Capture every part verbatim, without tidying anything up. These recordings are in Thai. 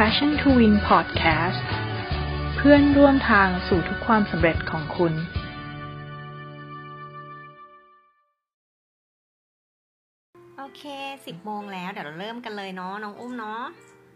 Passion to Win Podcast เพื่อนร่วมทางสู่ทุกความสำเร็จของคุณโอเคสิบโมงแล้วเดี๋ยวเราเริ่มกันเลยเนาะน้องอุ้มเนาะ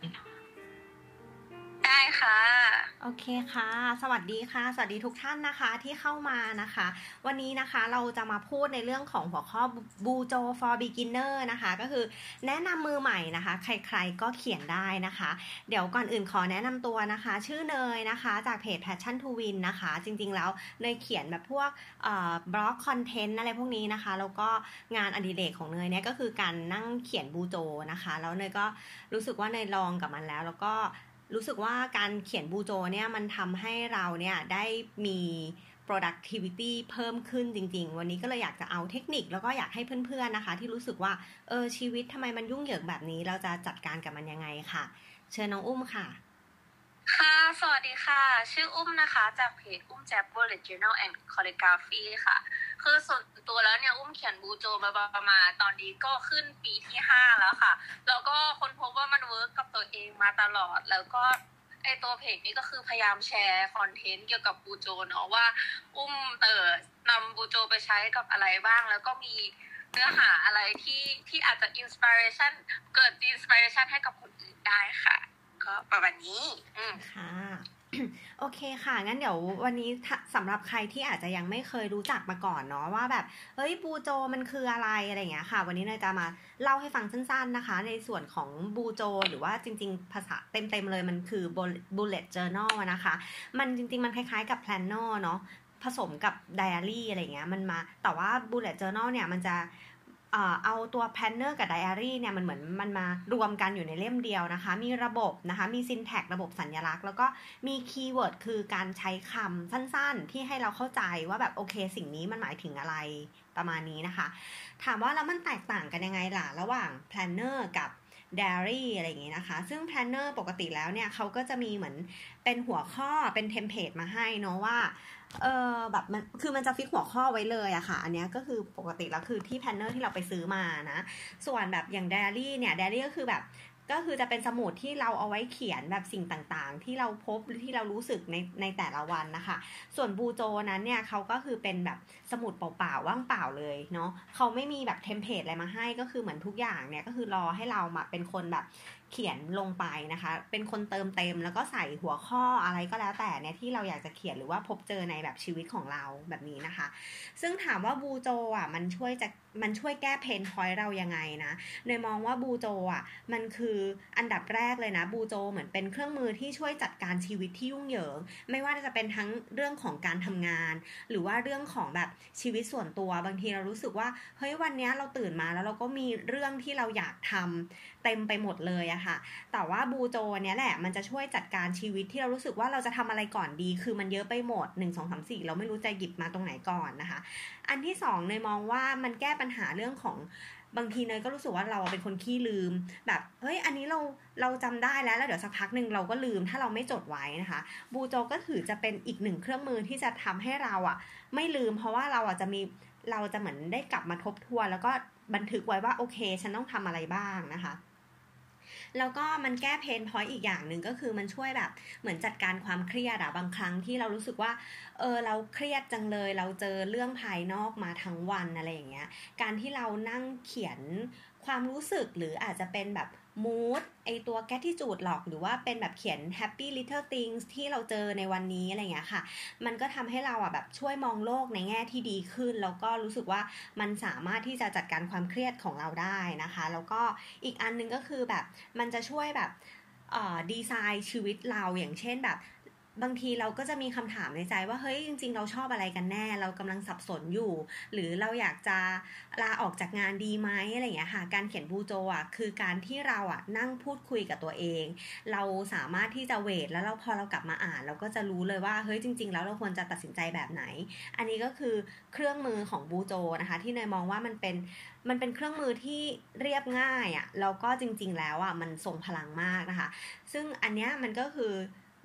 ได้ค่ะโอเคค่ะสวัสดีค่ะสวัสดีทุกท่านนะคะที่เข้ามานะคะวันนี้นะคะเราจะมาพูดในเรื่องของหัวข้อบูโจ for beginner นะคะก็คือแนะนำมือใหม่นะคะใครๆก็เขียนได้นะคะเดี๋ยวก่อนอื่นขอแนะนำตัวนะคะชื่อเนยนะคะจากเพจ Passion to Win นะคะจริงๆแล้วเนยเขียนแบบพวกเอ่อบล็อกคอนเทนต์อะไรพวกนี้นะคะแล้วก็งานอดิเรกของเนยเนี่ยก็คือการนั่งเขียนบูโจนะคะแล้วเนยก็รู้สึกว่าเนยลองกับมันแล้วแล้วก็รู้สึกว่าการเขียนบูโจเนี่ยมันทำให้เราเนี่ยได้มี productivity เพิ่มขึ้นจริงๆวันนี้ก็เลยอยากจะเอาเทคนิคแล้วก็อยากให้เพื่อนๆนะคะที่รู้สึกว่าเออชีวิตทำไมมันยุ่งเหยิงแบบนี้เราจะจัดการกับมันยังไงค่ะเชิญน้องอุ้มค่ะค่ะสวัสดีค่ะชื่ออุ้มนะคะจากเพจอุ้มแจ๊บ Bullet Journal and Calligraphy ค่ะคือส่วนตัวแล้วเนี่ยอุ้มเขียนบูโจมาประมาณตอนนี้ก็ขึ้นปีที่ห้าแล้วค่ะแล้วก็ค้นพบว่ามันเวิร์กกับตัวเองมาตลอดแล้วก็ไอตัวเพจนี้ก็คือพยายามแชร์คอนเทนต์เกี่ยวกับบูโจเนาะว่าอุ้มเอ่อนำบูโจไปใช้กับอะไรบ้างแล้วก็มีเนื้อหาอะไรที่ที่อาจจะอินสปิเรชันเกิดอินสปิเรชันให้กับคนอื่นได้ค่ะก็ประมาณนี้อืมค่ะโอเคค่ะงั้นเดี๋ยววันนี้สำหรับใครที่อาจจะยังไม่เคยรู้จักมาก่อนเนาะว่าแบบเฮ้ยบูโจมันคืออะไรอะไรอย่างเงี้ยค่ะวันนี้เนยจะมาเล่าให้ฟังสั้นๆนะคะในส่วนของบูโจหรือว่าจริงๆภาษาเต็มๆเลยมันคือ bullet journal นะคะมันจริงๆมันคล้ายๆกับ planner เนาะผสมกับ diary อะไรเงี้ยมันมาแต่ว่า bullet journal เนี่ยมันจะเอาตัว planner กับ diary เนี่ยมันเหมือนมันมารวมกันอยู่ในเล่มเดียวนะคะมีระบบนะคะมี syntax ระบบสัญลักษณ์แล้วก็มีคีย์เวิร์ดคือการใช้คำสั้นๆที่ให้เราเข้าใจว่าแบบโอเคสิ่งนี้มันหมายถึงอะไรประมาณนี้นะคะถามว่าแล้วมันแตกต่างกันยังไงล่ะระหว่าง planner กับ diary อะไรอย่างงี้นะคะซึ่ง planner ปกติแล้วเนี่ยเขาก็จะมีเหมือนเป็นหัวข้อเป็นเทมเพลตมาให้เนาะว่าเออแบบมันคือมันจะฟิกหัวข้อไว้เลยอะค่ะอันนี้ก็คือปกติแล้วคือที่แพลนเนอร์ที่เราไปซื้อมานะส่วนแบบอย่างไดอารี่เนี่ยไดอารี่ก็คือแบบก็คือจะเป็นสมุดที่เราเอาไว้เขียนแบบสิ่งต่างๆที่เราพบหรือที่เรารู้สึกในในแต่ละวันนะคะส่วนบูโจนั้นเนี่ยเขาก็คือเป็นแบบสมุดเปล่าๆว่างเปล่าเลยเนาะเขาไม่มีแบบเทมเพลตอะไรมาให้ก็คือเหมือนทุกอย่างเนี่ยก็คือรอให้เรามาเป็นคนแบบเขียนลงไปนะคะเป็นคนเติมเต็มแล้วก็ใส่หัวข้ออะไรก็แล้วแต่เนี่ยที่เราอยากจะเขียนหรือว่าพบเจอในแบบชีวิตของเราแบบนี้นะคะซึ่งถามว่าบูโจอ่ะมันช่วยจะมันช่วยแก้เพนพอยต์เรายังไงนะเนยมองว่าบูโจอ่ะมันคืออันดับแรกเลยนะบูโจเหมือนเป็นเครื่องมือที่ช่วยจัดการชีวิตที่ยุ่งเหยิงไม่ว่าจะเป็นทั้งเรื่องของการทำงานหรือว่าเรื่องของแบบชีวิตส่วนตัวบางทีเรารู้สึกว่าเฮ้ยวันนี้เราตื่นมาแล้วเราก็มีเรื่องที่เราอยากทำเต็มไปหมดเลยอะค่ะแต่ว่าบูโจเนี้ยแหละมันจะช่วยจัดการชีวิตที่เรารู้สึกว่าเราจะทำอะไรก่อนดีคือมันเยอะไปหมดหนึ่ง สอง สาม สี่เราไม่รู้จะหยิบมาตรงไหนก่อนนะคะอันที่สองเนยมองว่ามันแก้ปัญหาเรื่องของบางทีเนยก็รู้สึกว่าเราเป็นคนขี้ลืมแบบเฮ้ยอันนี้เราเราจำได้แล้วแล้วเดี๋ยวสักพักนึงเราก็ลืมถ้าเราไม่จดไว้นะคะบูโจก็ถือจะเป็นอีกหนึ่งเครื่องมือที่จะทำให้เราอ่ะไม่ลืมเพราะว่าเราอ่ะจะมีเราจะเหมือนได้กลับมาทบทวนแล้วก็บันทึกไว้ว่าโอเคฉันต้องทำอะไรบ้างนะคะแล้วก็มันแก้เพนพอยต์อีกอย่างหนึ่งก็คือมันช่วยแบบเหมือนจัดการความเครียดอะบางครั้งที่เรารู้สึกว่าเออเราเครียดจังเลยเราเจอเรื่องภายนอกมาทั้งวันอะไรอย่างเงี้ยการที่เรานั่งเขียนความรู้สึกหรืออาจจะเป็นแบบมูดไอตัว gratitude หรอกหรือว่าเป็นแบบเขียน happy little things ที่เราเจอในวันนี้อะไรเงี้ยค่ะมันก็ทำให้เราอ่ะแบบช่วยมองโลกในแง่ที่ดีขึ้นแล้วก็รู้สึกว่ามันสามารถที่จะจัดการความเครียดของเราได้นะคะแล้วก็อีกอันนึงก็คือแบบมันจะช่วยแบบเอ่อดีไซน์ชีวิตเราอย่างเช่นแบบบางทีเราก็จะมีคำถามในใจว่าเฮ้ยจริงๆเราชอบอะไรกันแน่เรากำลังสับสนอยู่หรือเราอยากจะลาออกจากงานดีไหมอะไรอย่างเงี้ยค่ะการเขียนบูโจอ่ะคือการที่เราอ่ะนั่งพูดคุยกับตัวเองเราสามารถที่จะเวทแล้วเราพอเรากลับมาอ่านเราก็จะรู้เลยว่าเฮ้ยจริงๆแล้วเราควรจะตัดสินใจแบบไหนอันนี้ก็คือเครื่องมือของบูโจนะคะที่เนยมองว่ามันเป็นมันเป็นเครื่องมือที่เรียบง่ายอ่ะแล้วก็จริงๆแล้วอ่ะมันทรงพลังมากนะคะซึ่งอันเนี้ยมันก็คือ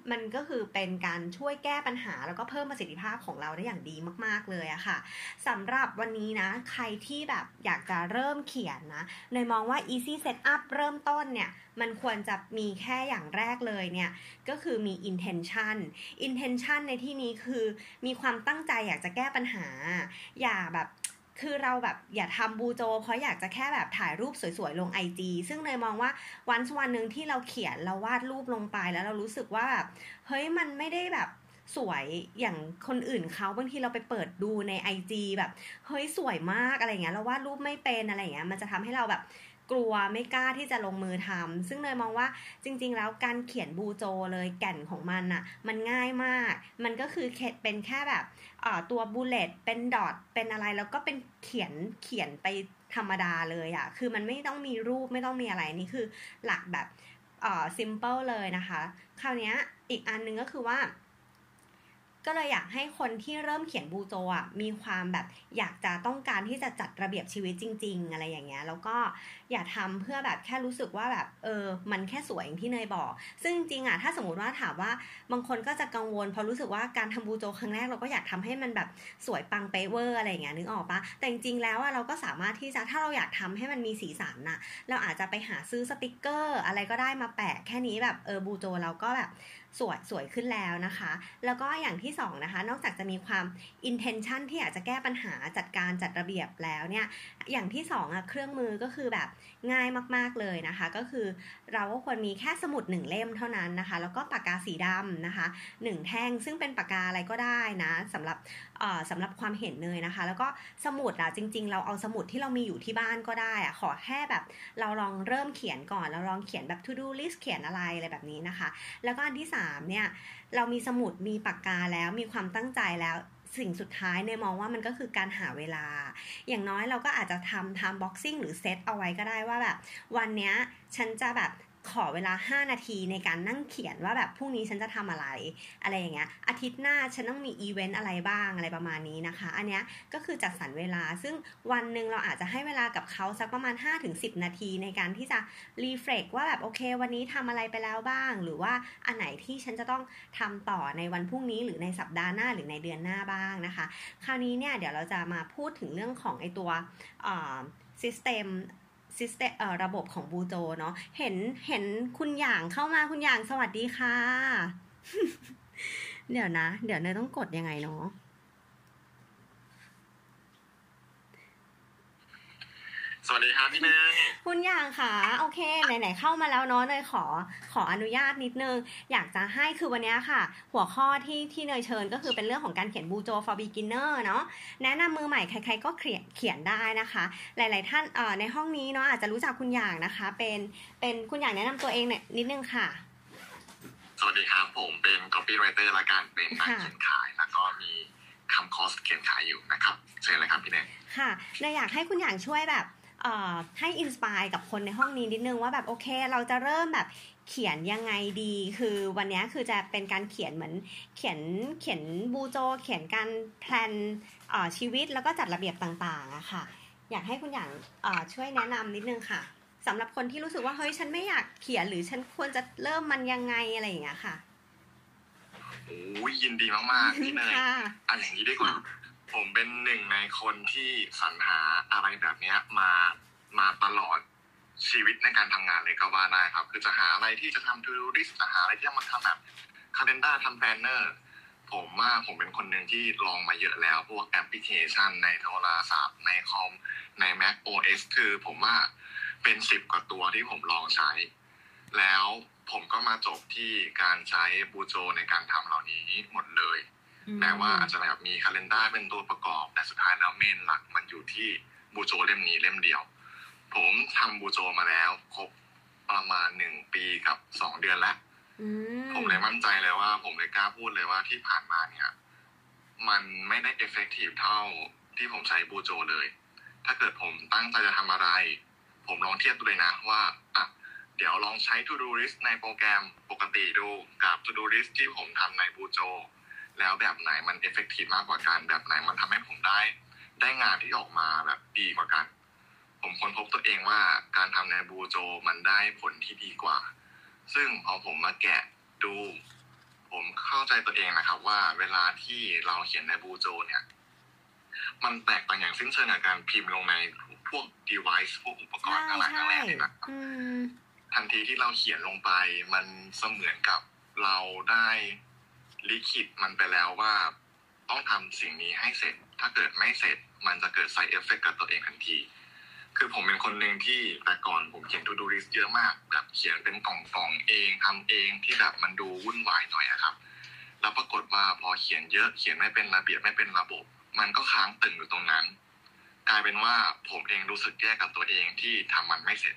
มันก็คือเป็นการช่วยแก้ปัญหาแล้วก็เพิ่มประสิทธิภาพของเราได้อย่างดีมากๆเลยอะค่ะสำหรับวันนี้นะใครที่แบบอยากจะเริ่มเขียนนะเนยมองว่า easy setup เริ่มต้นเนี่ยมันควรจะมีแค่อย่างแรกเลยเนี่ยก็คือมี intention intention ในที่นี้คือมีความตั้งใจอยากจะแก้ปัญหาอย่าแบบคือเราแบบอย่าทำบูโจเพราะอยากจะแค่แบบถ่ายรูปสวยๆลง ไอ จี ซึ่งเนยมองว่าวันวันหนึ่งที่เราเขียนเราวาดรูปลงไปแล้วเรารู้สึกว่าแบบเฮ้ยมันไม่ได้แบบสวยอย่างคนอื่นเขาบางทีเราไปเปิดดูใน ไอ จี แบบเฮ้ยสวยมากอะไรเงี้ยเราวาดรูปไม่เป็นอะไรเงี้ยมันจะทำให้เราแบบกลัวไม่กล้าที่จะลงมือทำซึ่งเนยมองว่าจริงๆแล้วการเขียนบูโจเลยแก่นของมันน่ะมันง่ายมากมันก็คือเป็นแค่แบบตัวบูเลตเป็นดอทเป็นอะไรแล้วก็เป็นเขียนเขียนไปธรรมดาเลยอ่ะคือมันไม่ต้องมีรูปไม่ต้องมีอะไรนี่คือหลักแบบเอ่อ simple เลยนะคะคราวนี้อีกอันนึงก็คือว่าก็เลยอยากให้คนที่เริ่มเขียนบูโจอ่ะมีความแบบอยากจะต้องการที่จะจัดระเบียบชีวิตจริงๆอะไรอย่างเงี้ยแล้วก็อย่าทำเพื่อแบบแค่รู้สึกว่าแบบเออมันแค่สวยอย่างที่เนยบอกซึ่งจริงๆอ่ะถ้าสมมติว่าถามว่าบางคนก็จะกังวลเพราะรู้สึกว่าการทำบูโจครั้งแรกเราก็อยากทำให้มันแบบสวยปังเป๊ะเวอร์อะไรอย่างเงี้ยนึกออกปะแต่จริงๆแล้วอ่ะเราก็สามารถที่จะถ้าเราอยากทำให้มันมีสีสันน่ะเราอาจจะไปหาซื้อสติกเกอร์อะไรก็ได้มาแปะแค่นี้แบบเออบูโจเราก็แบบสวยสวยขึ้นแล้วนะคะแล้วก็อย่างที่สองนะคะนอกจากจะมีความ intention ที่อยากจะแก้ปัญหาจัดการจัดระเบียบแล้วเนี่ยอย่างที่สองอ่ะเครื่องมือก็คือแบบง่ายมากๆเลยนะคะก็คือเราก็ควรมีแค่สมุดหนึ่งเล่มเท่านั้นนะคะแล้วก็ปากกาสีดำนะคะหนึ่งแท่งซึ่งเป็นปากกาอะไรก็ได้นะสำหรับเอ่อสำหรับความเห็นเลยนะคะแล้วก็สมุดอ่ะจริงๆเราเอาสมุดที่เรามีอยู่ที่บ้านก็ได้อ่ะขอแค่แบบเราลองเริ่มเขียนก่อนเราลองเขียนแบบ to do list เขียนอะไรอะไรแบบนี้นะคะแล้วก็อันที่สามเนี่ยเรามีสมุดมีปากกาแล้วมีความตั้งใจแล้วสิ่งสุดท้ายเนี่ยมองว่ามันก็คือการหาเวลาอย่างน้อยเราก็อาจจะทำทำบ็อกซิ่งหรือเซตเอาไว้ก็ได้ว่าแบบวันเนี้ยฉันจะแบบขอเวลาห้านาทีในการนั่งเขียนว่าแบบพรุ่งนี้ฉันจะทำอะไรอะไรอย่างเงี้ยอาทิตย์หน้าฉันต้องมีอีเวนต์อะไรบ้างอะไรประมาณนี้นะคะอันเนี้ยก็คือจัดสรรเวลาซึ่งวันนึงเราอาจจะให้เวลากับเขาสักประมาณ ห้าถึงสิบ นาทีในการที่จะรีเฟรชว่าแบบโอเควันนี้ทำอะไรไปแล้วบ้างหรือว่าอันไหนที่ฉันจะต้องทำต่อในวันพรุ่งนี้หรือในสัปดาห์หน้าหรือในเดือนหน้าบ้างนะคะคราวนี้เนี่ยเดี๋ยวเราจะมาพูดถึงเรื่องของไอตัวเอ่อ system system เอ่อระบบของบูโจเนาะเห็นเห็นคุณหยางเข้ามาคุณหยางสวัสดีค่ะ เดี๋ยวนะเดี๋ยวเนยต้องกดยังไงเนาะสวัสดีครับพี่เนยคุณอย่างค่ะโอเคไหนๆเข้ามาแล้วเนาะเนยขอขออนุญาตนิดนึงอยากจะให้คือวันนี้ค่ะหัวข้อที่ที่เนยเชิญก็คือเป็นเรื่องของการเขียนบูโจ for beginner เนาะแนะนำมือใหม่ใครๆก็เขียนเขียนได้นะคะหลายๆท่านเอ่อในห้องนี้เนาะอาจจะรู้จักคุณอย่างนะคะเป็นเป็นคุณอย่างแนะนำตัวเองเนี่ยนิดนึงค่ะสวัสดีครับผมเป็น copywriter และการเป็นนักเขียนขายแล้วก็มีทำคอร์สเขียนขายอยู่นะครับเชิญเลยครับพี่เนยค่ะเนยอยากให้คุณอย่างช่วยแบบเอ่อให้อินสไปร์กับคนในห้องนี้นิดนึงว่าแบบโอเคเราจะเริ่มแบบเขียนยังไงดีคือวันนี้คือจะเป็นการเขียนเหมือนเขียนเขียนบูโจเขียนการแพลนเอ่อชีวิตแล้วก็จัดระเบียบต่างๆอะค่ะอยากให้คุณอย่างเอ่อช่วยแนะนำนิดนึงค่ะสำหรับคนที่รู้สึกว่าเฮ้ยฉันไม่อยากเขียนหรือฉันควรจะเริ่มมันยังไงอะไรอย่างเงี้ยค่ะโอ้ยยินดีมากๆพี่เนยอันอย่างนี้ดีกว่าผมเป็นหนึ่งในคนที่สรรหาอะไรแบบนี้มามาตลอดชีวิตในการทำงานเลยก็ว่าได้ครับคือจะหาอะไรที่จะทำ to do list จะหาอะไรที่จะมาทำแบบ calendar ทำ planner ผมว่าผมเป็นคนหนึ่งที่ลองมาเยอะแล้วพวกแอปพลิเคชันในโทรศัพท์ในคอมใน Mac โอ เอส คือผมว่าเป็นสิบกว่าตัวที่ผมลองใช้แล้วผมก็มาจบที่การใช้บูโจในการทำเหล่านี้หมดเลยแม้ว่าอาจจะแบบมี calendar เป็นตัวประกอบแต่สุดท้ายแล้วเมนหลักมันอยู่ที่บูโจเล่มนี้เล่มเดียวผมทำบูโจมาแล้วครบประมาณหนึ่งปีกับสองเดือนแล้วผมเลยมั่นใจเลยว่าผมเลยกล้าพูดเลยว่าที่ผ่านมาเนี่ยมันไม่ได้ effective เท่าที่ผมใช้บูโจเลยถ้าเกิดผมตั้งใจจะทำอะไรผมลองเทียบดูเลยนะว่าอ่ะเดี๋ยวลองใช้ to do list ในโปรแกรมปกติดูกับ to do list ที่ผมทำในบูโจแล้วแบบไหนมัน effective มากกว่ากันแบบไหนมันทำให้ผมได้ได้งานที่ออกมาแบบดีกว่ากันผมค้นพบตัวเองว่าการทำในบูโจมันได้ผลที่ดีกว่าซึ่งพอผมมาแกะดูผมเข้าใจตัวเองนะครับว่าเวลาที่เราเขียนในบูโจเนี่ยมันแตกต่างอย่างสิ้นเชิงกับการพิมพ์ลงในพวก device พวกอุปกรณ์ทั้งหลายทั้งแหล่เลยนะทันทีที่เราเขียนลงไปมันเสมือนกับเราได้ลิขิตมันไปแล้วว่าต้องทำสิ่งนี้ให้เสร็จถ้าเกิดไม่เสร็จมันจะเกิด side effect กับตัวเองทันทีคือผมเป็นคนหนึ่งที่แต่ก่อนผมเขียน to do list เยอะมากแบบเขียนเป็นกล่องๆเองทำเองที่แบบมันดูวุ่นวายหน่อยอะครับแล้วปรากฏว่าพอเขียนเยอะเขียนไม่เป็นระเบียบไม่เป็นระบบมันก็ค้างตึงอยู่ตรงนั้นกลายเป็นว่าผมเองรู้สึกแย่กับตัวเองที่ทำมันไม่เสร็จ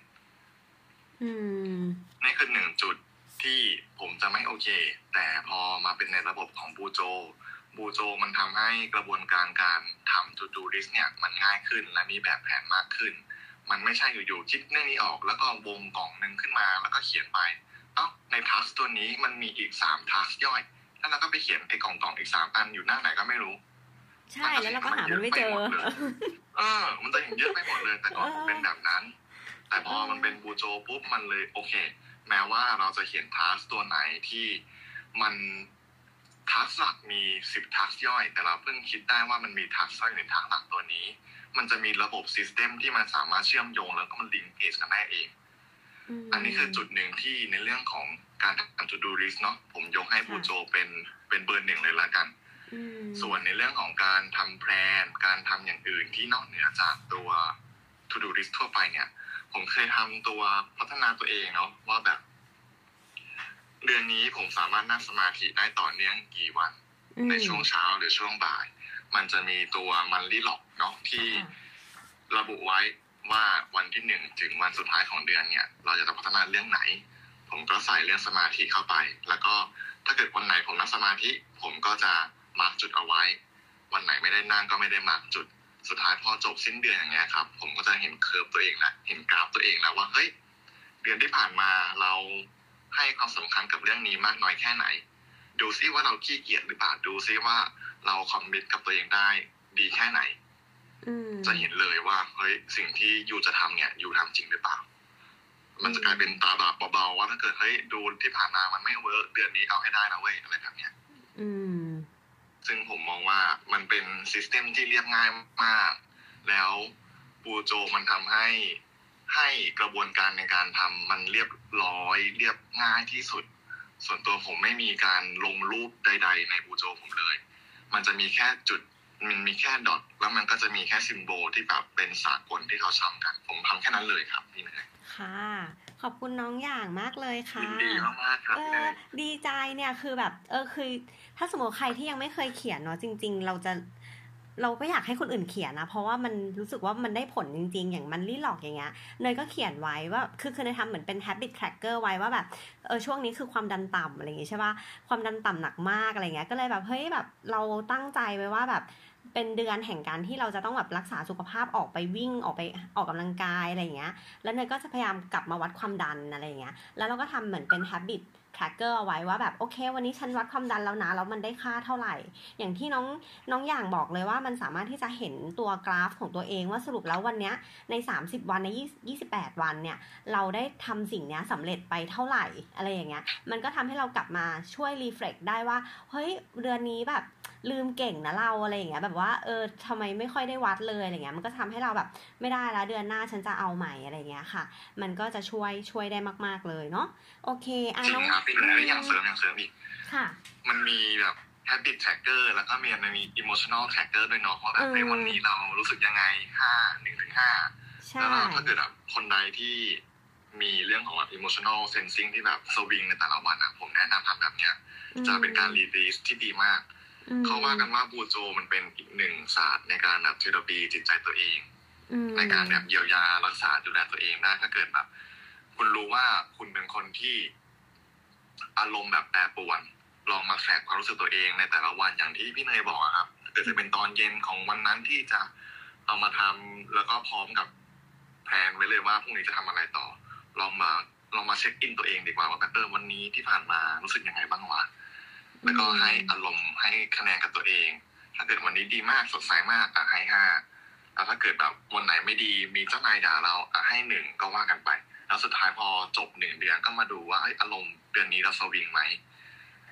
นี่คือหนึ่งจุดที่ผมจะไม่โอเคแต่พอมาเป็นในระบบของบูโจบูโจมันทำให้กระบวนการการทำ to do list เนี่ยมันง่ายขึ้นและมีแบบแผนมากขึ้นมันไม่ใช่อยู่ๆคิดเรื่องนี้ออกแล้วก็วงกล่องนึงขึ้นมาแล้วก็เขียนไปเอ้าในทัสตัวนี้มันมีอีกสามทัสย่อยแล้วเราก็ไปเขียนไอ้กล่องๆอีกสามอันอยู่หน้าไหนก็ไม่รู้ใช่แล้วเราก็หามันไม่เจอเออมันจะอย่างเยอะไปหมดเลยแต่ก่อนผมเป็นแบบนั้นแต่พอมันเป็นบูโจปุ๊บมันเลยโอเคแม้ว่าเราจะเขียนทัสตัวไหนที่มันทัสหลักมีสิบทัสย่อยแต่เราเพิ่งคิดได้ว่ามันมีทัสย่อยในทัสหลักตัวนี้มันจะมีระบบซิสเต็มที่มันสามารถเชื่อมโยงแล้วก็มันลิงก์เพจกันได้เองอันนี้คือจุดหนึ่งที่ในเรื่องของการทำ to do list เนาะผมยกให้บูโจเป็นเป็นเบอร์หนึ่งเลยละกันส่วนในเรื่องของการทำแพลนการทำอย่างอื่นที่นอกเหนือจากตัว to do list ทั่วไปเนี่ยผมเคยทำตัวพัฒนาตัวเองเนาะว่าแบบเดือนนี้ผมสามารถนั่งสมาธิได้ต่อเนื่องกี่วันในช่วงเช้าหรือช่วงบ่ายมันจะมีตัวมันลี่ล็อกเนาะที่ระบุไว้ว่าวันที่หนึ่งถึงวันสุดท้ายของเดือนเนี่ยเราจะต้องพัฒนาเรื่องไหนผมก็ใส่เรื่องสมาธิเข้าไปแล้วก็ถ้าเกิดวันไหนผมนั่งสมาธิผมก็จะมาร์กจุดเอาไว้วันไหนไม่ได้นั่งก็ไม่ได้มาร์กจุดสุดท้ายพอจบสิ้นเดือนอย่างเงี้ยครับผมก็จะเห็นเคอร์ฟตัวเองแล้วเห็นกราฟตัวเองแล้วว่าเฮ้ยเดือนที่ผ่านมาเราให้ความสำคัญกับเรื่องนี้มากน้อยแค่ไหนดูซิว่าเราขี้เกียจหรือเปล่าดูซิว่าเราคอมมิตกับตัวเองได้ดีแค่ไหนจะเห็นเลยว่าเฮ้ยสิ่งที่ยูจะทำเนี่ยยูทำจริงหรือเปล่ามันจะกลายเป็นตาบาปเบาๆว่าถ้าเกิดเฮ้ยดูที่ผ่านมามันไม่เวิร์กเดือนนี้เอาให้ได้นะเว้ยอะไรแบบเนี้ยซึ่งผมมองว่ามันเป็นซิสเต็มที่เรียบง่ายมากแล้วบูโจมันทำให้ให้กระบวนการในการทำมันเรียบร้อยเรียบง่ายที่สุดส่วนตัวผมไม่มีการลงรูปใดๆในบูโจผมเลยมันจะมีแค่จุดมันมีแค่ดอทแล้วมันก็จะมีแค่ซิมโบลที่แบบเป็นสากลที่เขาทำกันผมทำแค่นั้นเลยครับนี่นะค่ะขอบคุณน้องอย่างมากเลยค่ะดีมากๆครับเออดีใจเนี่ยคือแบบเออคือถ้าสมมติใครที่ยังไม่เคยเขียนเนาะจริงๆเราจะเราก็อยากให้คนอื่นเขียนนะเพราะว่ามันรู้สึกว่ามันได้ผลจริงๆอย่างมันลี่หลอกอย่างเงี้ยเนยก็เขียนไว้ว่าคือคือเนยทำเหมือนเป็น habit tracker ไว้ว่าแบบเออช่วงนี้คือความดันต่ำอะไรอย่างงี้ใช่ป่ะความดันต่ำหนักมากอะไรเงี้ยก็เลยแบบเฮ้ยแบบเราตั้งใจไว้ว่าแบบเป็นเดือนแห่งการที่เราจะต้องแบบรักษาสุขภาพออกไปวิ่งออกไปออกกำลังกายอะไรอย่างเงี้ยแล้วเนยก็จะพยายามกลับมาวัดความดันอะไรอย่างเงี้ยแล้วเราก็ทำเหมือนเป็น habit tracker เอาไว้ว่าแบบโอเควันนี้ฉันวัดความดันแล้วนะแล้วมันได้ค่าเท่าไหร่อย่างที่น้องน้องอย่างบอกเลยว่ามันสามารถที่จะเห็นตัวกราฟของตัวเองว่าสรุปแล้ววันเนี้ยในสามสิบวันในยี่สิบแปดวันเนี่ยเราได้ทำสิ่งนี้สำเร็จไปเท่าไหร่อะไรอย่างเงี้ยมันก็ทำให้เรากลับมาช่วยรีเฟล็กได้ว่าเฮ้ยเดือนนี้แบบลืมเก่งนะเราอะไรอย่างเงี้ยแบบว่าเออทำไมไม่ค่อยได้วัดเลยอะไรเงี้ยมันก็ทำให้เราแบบไม่ได้แล้วเดือนหน้าฉันจะเอาใหม่อะไรเงี้ยค่ะมันก็จะช่วยช่วยได้มากๆเลยเนาะโอเคอ่ะน้องพี่เลยอย่างเสริมอย่างเสริมอีกค่ะมันมีแบบ habit tracker แล้วก็มีมันมี emotional tracker ด้วยเนาะว่าแบบในวันนี้เรารู้สึกยังไงห้า หนึ่งถึงห้าแล้วถ้าเกิดแบบคนใดที่มีเรื่องของแบบ emotional sensing ที่แบบสวิงในแต่ละวันอ่ะผมแนะนำทำแบบเนี้ยจะเป็นการ release ที่ดีมากเขาว่ากันว่าบูโจมันเป็นอีกหนึ่งศาสตร์ในการแบบเทอราปีจิตใจตัวเองในการแบบเยียวยารักษาดูแลตัวเองได้ถ้าเกิดแบบคุณรู้ว่าคุณเป็นคนที่อารมณ์แบบแปรปรวนลองมาแฝงความรู้สึกตัวเองในแต่ละวันอย่างที่พี่เนยบอกครับเกิดจะเป็นตอนเย็นของวันนั้นที่จะเอามาทำแล้วก็พร้อมกับแผนไว้เลยว่าพรุ่งนี้จะทำอะไรต่อลองมาลองมาเช็คอินตัวเองดีกว่าว่าเออวันนี้ที่ผ่านมารู้สึกยังไงบ้างวะแล้วก็ให้อารมณ์ให้คะแนนกับตัวเองถ้าเกิดวันนี้ดีมากสดใสมากอ่ะให้ห้าแล้วถ้าเกิดแบบวันไหนไม่ดีมีเจ้านายด่าเราอ่ะให้หนึ่งก็ว่ากันไปแล้วสุดท้ายพอจบหนึ่งเดือนก็มาดูว่าอารมณ์เดือนนี้เราสวิงไหม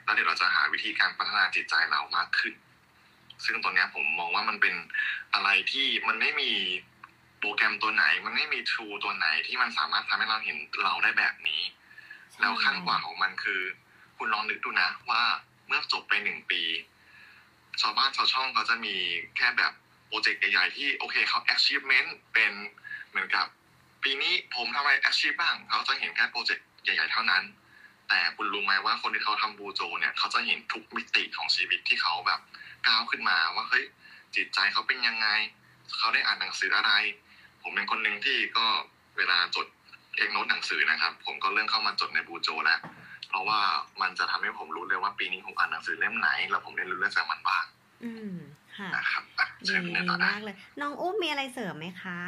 แล้วเดี๋ยวเราจะหาวิธีการพัฒนาจิตใจเรามากขึ้นซึ่งตรงนี้ผมมองว่ามันเป็นอะไรที่มันไม่มีโปรแกรมตัวไหนมันไม่มีทูตัวไหนที่มันสามารถทำให้เราเห็นเราได้แบบนี้แล้วขั้นกว่าของมันคือคุณลองนึกดูนะว่าเมื่อจบไปหนึ่งปีชาวบ้านชาวช่องเขาจะมีแค่แบบโปรเจกต์ใหญ่ๆที่โอเคเขา achievement เป็นเหมือนกับปีนี้ผมทำอะไร achieve บ้างเขาจะเห็นแค่โปรเจกต์ใหญ่ๆเท่านั้นแต่คุณรู้ไหมว่าคนที่เขาทำบูโจเนี่ยเขาจะเห็นทุกมิติของชีวิตที่เขาแบบก้าวขึ้นมาว่าเฮ้ยจิตใจเขาเป็นยังไงเขาได้อ่านหนังสืออะไรผมเป็นคนหนึ่งที่ก็เวลาจดเองโน้ตหนังสือนะครับผมก็เริ่มเข้ามาจดในบูโจแล้วเพราะว่ามันจะทำให้ผมรู้เลยว่าปีนี้ผมอ่านหนังสือเล่มไหนแล้วผมได้รู้เรื่องจากมันบ้างอืมค่ะนะครับดีมากเลยน้องอุ้มมีอะไรเสริมไหมคะ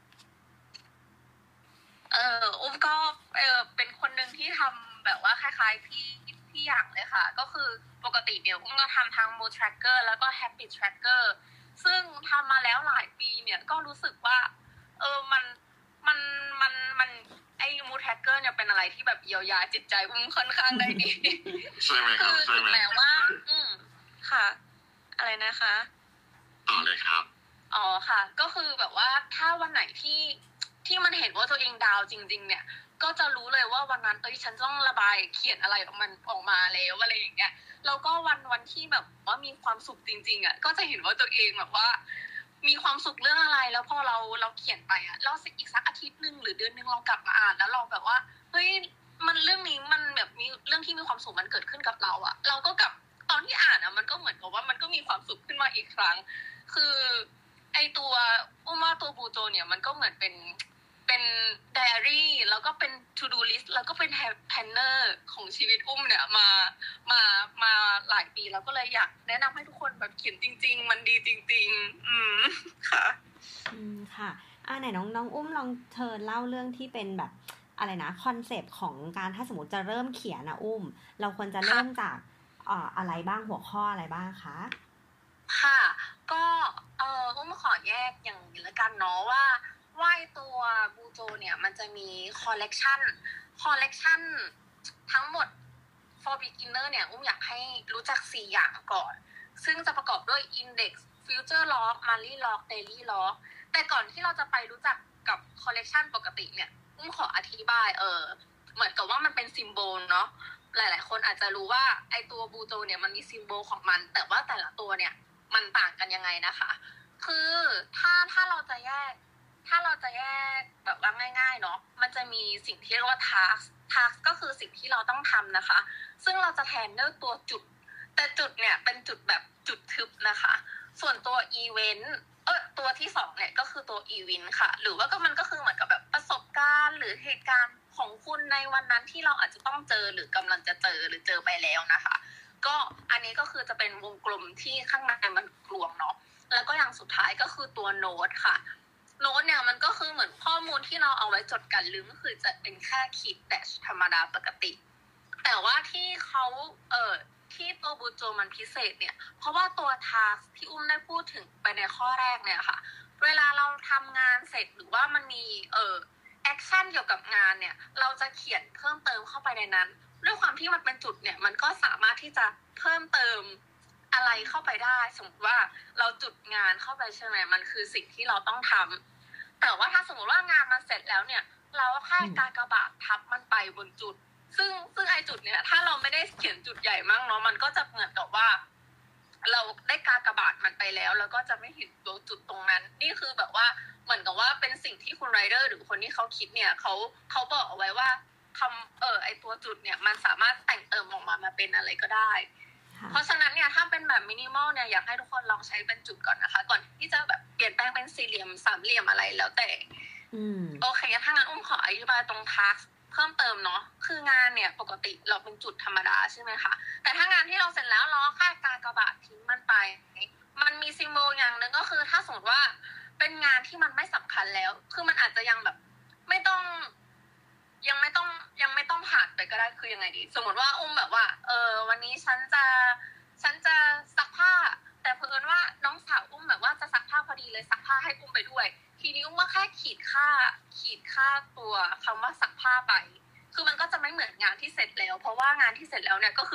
เอออุ้มก็เออเป็นคนหนึ่งที่ทำแบบว่าคล้ายๆพี่พี่อย่างเลยค่ะก็คือปกติเดี๋ยวอุ้มก็ทำทั้ง mood tracker แล้วก็ habit tracker ซึ่งทำมาแล้วหลายปีเนี่ยก็รู้สึกว่าเออมันมันมันมันไอ้ mood tracker เนี่ยเป็นอะไรที่แบบเยียวยาจิตใจอุ้มค่อนข้างได้ดีใช่ไหมครับใช่ไหมแม้ว่าอืมค่ะอะไรนะคะต่อเลยครับอ๋อค่ะก็คือแบบว่าถ้าวันไหนที่ที่มันเห็นว่าตัวเองดาวจริงๆเนี่ยก็จะรู้เลยว่าวันนั้นเอ้ยฉันต้องระบายเขียนอะไรออกมันออกมาแล้วอะไรอย่างเงี้ยแล้วก็วันวันที่แบบว่ามีความสุขจริงๆอ่ะก็จะเห็นว่าตัวเองแบบว่ามีความสุขเรื่องอะไรแล้วพอเราเราเขียนไปอ่ะแล้วอีกสักอาทิตย์นึงหรือเดือนนึงเรากลับมาอ่านแล้วเราแบบว่าเฮ้ยมันเรื่องนี้มันแบบมีเรื่องที่มีความสุขมันเกิดขึ้นกับเราอ่ะเราก็กลับตอนที่อ่านอ่ะมันก็เหมือนกับว่ามันก็มีความสุขขึ้นมาอีกครั้งคือไอตัวอุ้มว่าตัวบูโจเนี่ยมันก็เหมือนเป็นเป็นไดอารี่แล้วก็เป็น to do list แล้วก็เป็นแพลนเนอร์ของชีวิตอุ้มเนี่ยมามามาหลายปีแล้วก็เลยอยากแนะนำให้ทุกคนแบบเขียนจริงๆมันดีจริงๆอืมค่ะอืมค่ะอ่าไหนน้องน้องอุ้มลองเชิญเล่าเรื่องที่เป็นแบบอะไรนะคอนเซปต์ของการถ้าสมมติจะเริ่มเขียนนะอุ้มเราควรจะเริ่มจากอ่าอะไรบ้างหัวข้ออะไรบ้างคะค่ะก็เอออุ้มขอแยกอย่างนี้ละกันเนาะว่าว่าตัวบูโจเนี่ยมันจะมีคอลเลกชันคอลเลกชันทั้งหมด for beginner เนี่ยอุ้มอยากให้รู้จักสี่อย่างก่อนซึ่งจะประกอบด้วย index future log monthly log daily log แต่ก่อนที่เราจะไปรู้จักกับคอลเลกชันปกติเนี่ยอุ้มขออธิบายเออเหมือนกับว่ามันเป็นซิมโบลเนาะหลายๆคนอาจจะรู้ว่าไอตัวบูโจเนี่ยมันมีซิมโบลของมันแต่ว่าแต่ละตัวเนี่ยมันต่างกันยังไงนะคะคือถ้าถ้าเราจะแยกถ้าเราจะแยกแบบว่าง่ายๆเนาะมันจะมีสิ่งที่เรียกว่า task task ก็คือสิ่งที่เราต้องทำนะคะซึ่งเราจะแทนด้วยตัวจุดแต่จุดเนี่ยเป็นจุดแบบจุดทึบนะคะส่วนตัว event เออตัวที่สองเนี่ยก็คือตัว event ค่ะหรือว่าก็มันก็คือเหมือนกับแบบประสบการณ์หรือเหตุการณ์ของคุณในวันนั้นที่เราอาจจะต้องเจอหรือกำลังจะเจอหรือเจอไปแล้วนะคะก็อันนี้ก็คือจะเป็นวงกลมที่ข้างในมันกลวงเนาะแล้วก็อย่างสุดท้ายก็คือตัวโน้ตค่ะโน้ตเนี่ยมันก็คือเหมือนข้อมูลที่เราเอาไว้จดกันลืมก็คือจะเป็นแค่ขีดแดชธรรมดาปกติแต่ว่าที่เขาเอ่อที่ตัวบูโจมันพิเศษเนี่ยเพราะว่าตัว task ที่อุ้มได้พูดถึงไปในข้อแรกเนี่ยค่ะเวลาเราทำงานเสร็จหรือว่ามันมีเอ่อแอคชั่นเกี่ยวกับงานเนี่ยเราจะเขียนเพิ่มเติมเข้าไปในนั้นด้วยความที่มันเป็นจุดเนี่ยมันก็สามารถที่จะเพิ่มเติมอะไรเข้าไปได้สมมติว่าเราจุดงานเข้าไปใช่ไหมมันคือสิ่งที่เราต้องทำแต่ว่าถ้าสมมติว่างานมันเสร็จแล้วเนี่ยเราแค่กากบาททับมันไปบนจุดซึ่งซึ่งไอจุดเนี่ยถ้าเราไม่ได้เขียนจุดใหญ่มากเนาะมันก็จะเหมือนกับว่าเราได้กากบาทมันไปแล้วแล้วก็จะไม่เห็นตัวจุดตรงนั้นนี่คือแบบว่าเหมือนกับว่าเป็นสิ่งที่คุณไรเดอร์หรือคนที่เขาคิดเนี่ยเขาเขาบอกเอาไว้ว่าคำเออไอตัวจุดเนี่ยมันสามารถแต่งเติมออกมามาเป็นอะไรก็ได้เพราะฉะนั้นเนี่ยถ้าเป็นแบบมินิมอลเนี่ยอยากให้ทุกคนลองใช้เป็นจุดก่อนนะคะก่อนที่จะแบบเปลี่ยนแปลงเป็นสี่เหลี่ยมสามเหลี่ยมอะไรแล้วแต่โอเคถ้างั้นอุ้มขออธิบายตรงทักเพิ่มเติมเนาะคืองานเนี่ยปกติเราเป็นจุดธรรมดาใช่ไหมคะแต่ถ้างานที่เราเสร็จแล้วเราแค่กากบาททิ้งมันไปมันมีซิมโบลอย่างนึงก็คือถ้าสมมติว่าเป็นงานที่มันไม่สำคัญแล้วคือมันอาจจะยังแบบไม่ต้องยังไม่ต้องยังไม่ต้องผ่านไปก็ได้คือยังไงดีสมมติว่าอุ้มแบบว่าเออวันนี้ฉันจะฉันจะซักผ้าแต่เผอิญว่าน้องสาวอุ้มแบบว่าจะซักผ้าพอดีเลยซักผ้าให้อุ้มไปด้วยทีนี้อุ้มว่าแค่ขีดค่าขีดค่าตัวคำว่าซักผ้าไปคือมันก็จะไม่เหมือนงานที่เสร็จแล้วเพราะว่างานที่เสร็จแล้วเนี่ยก็คือ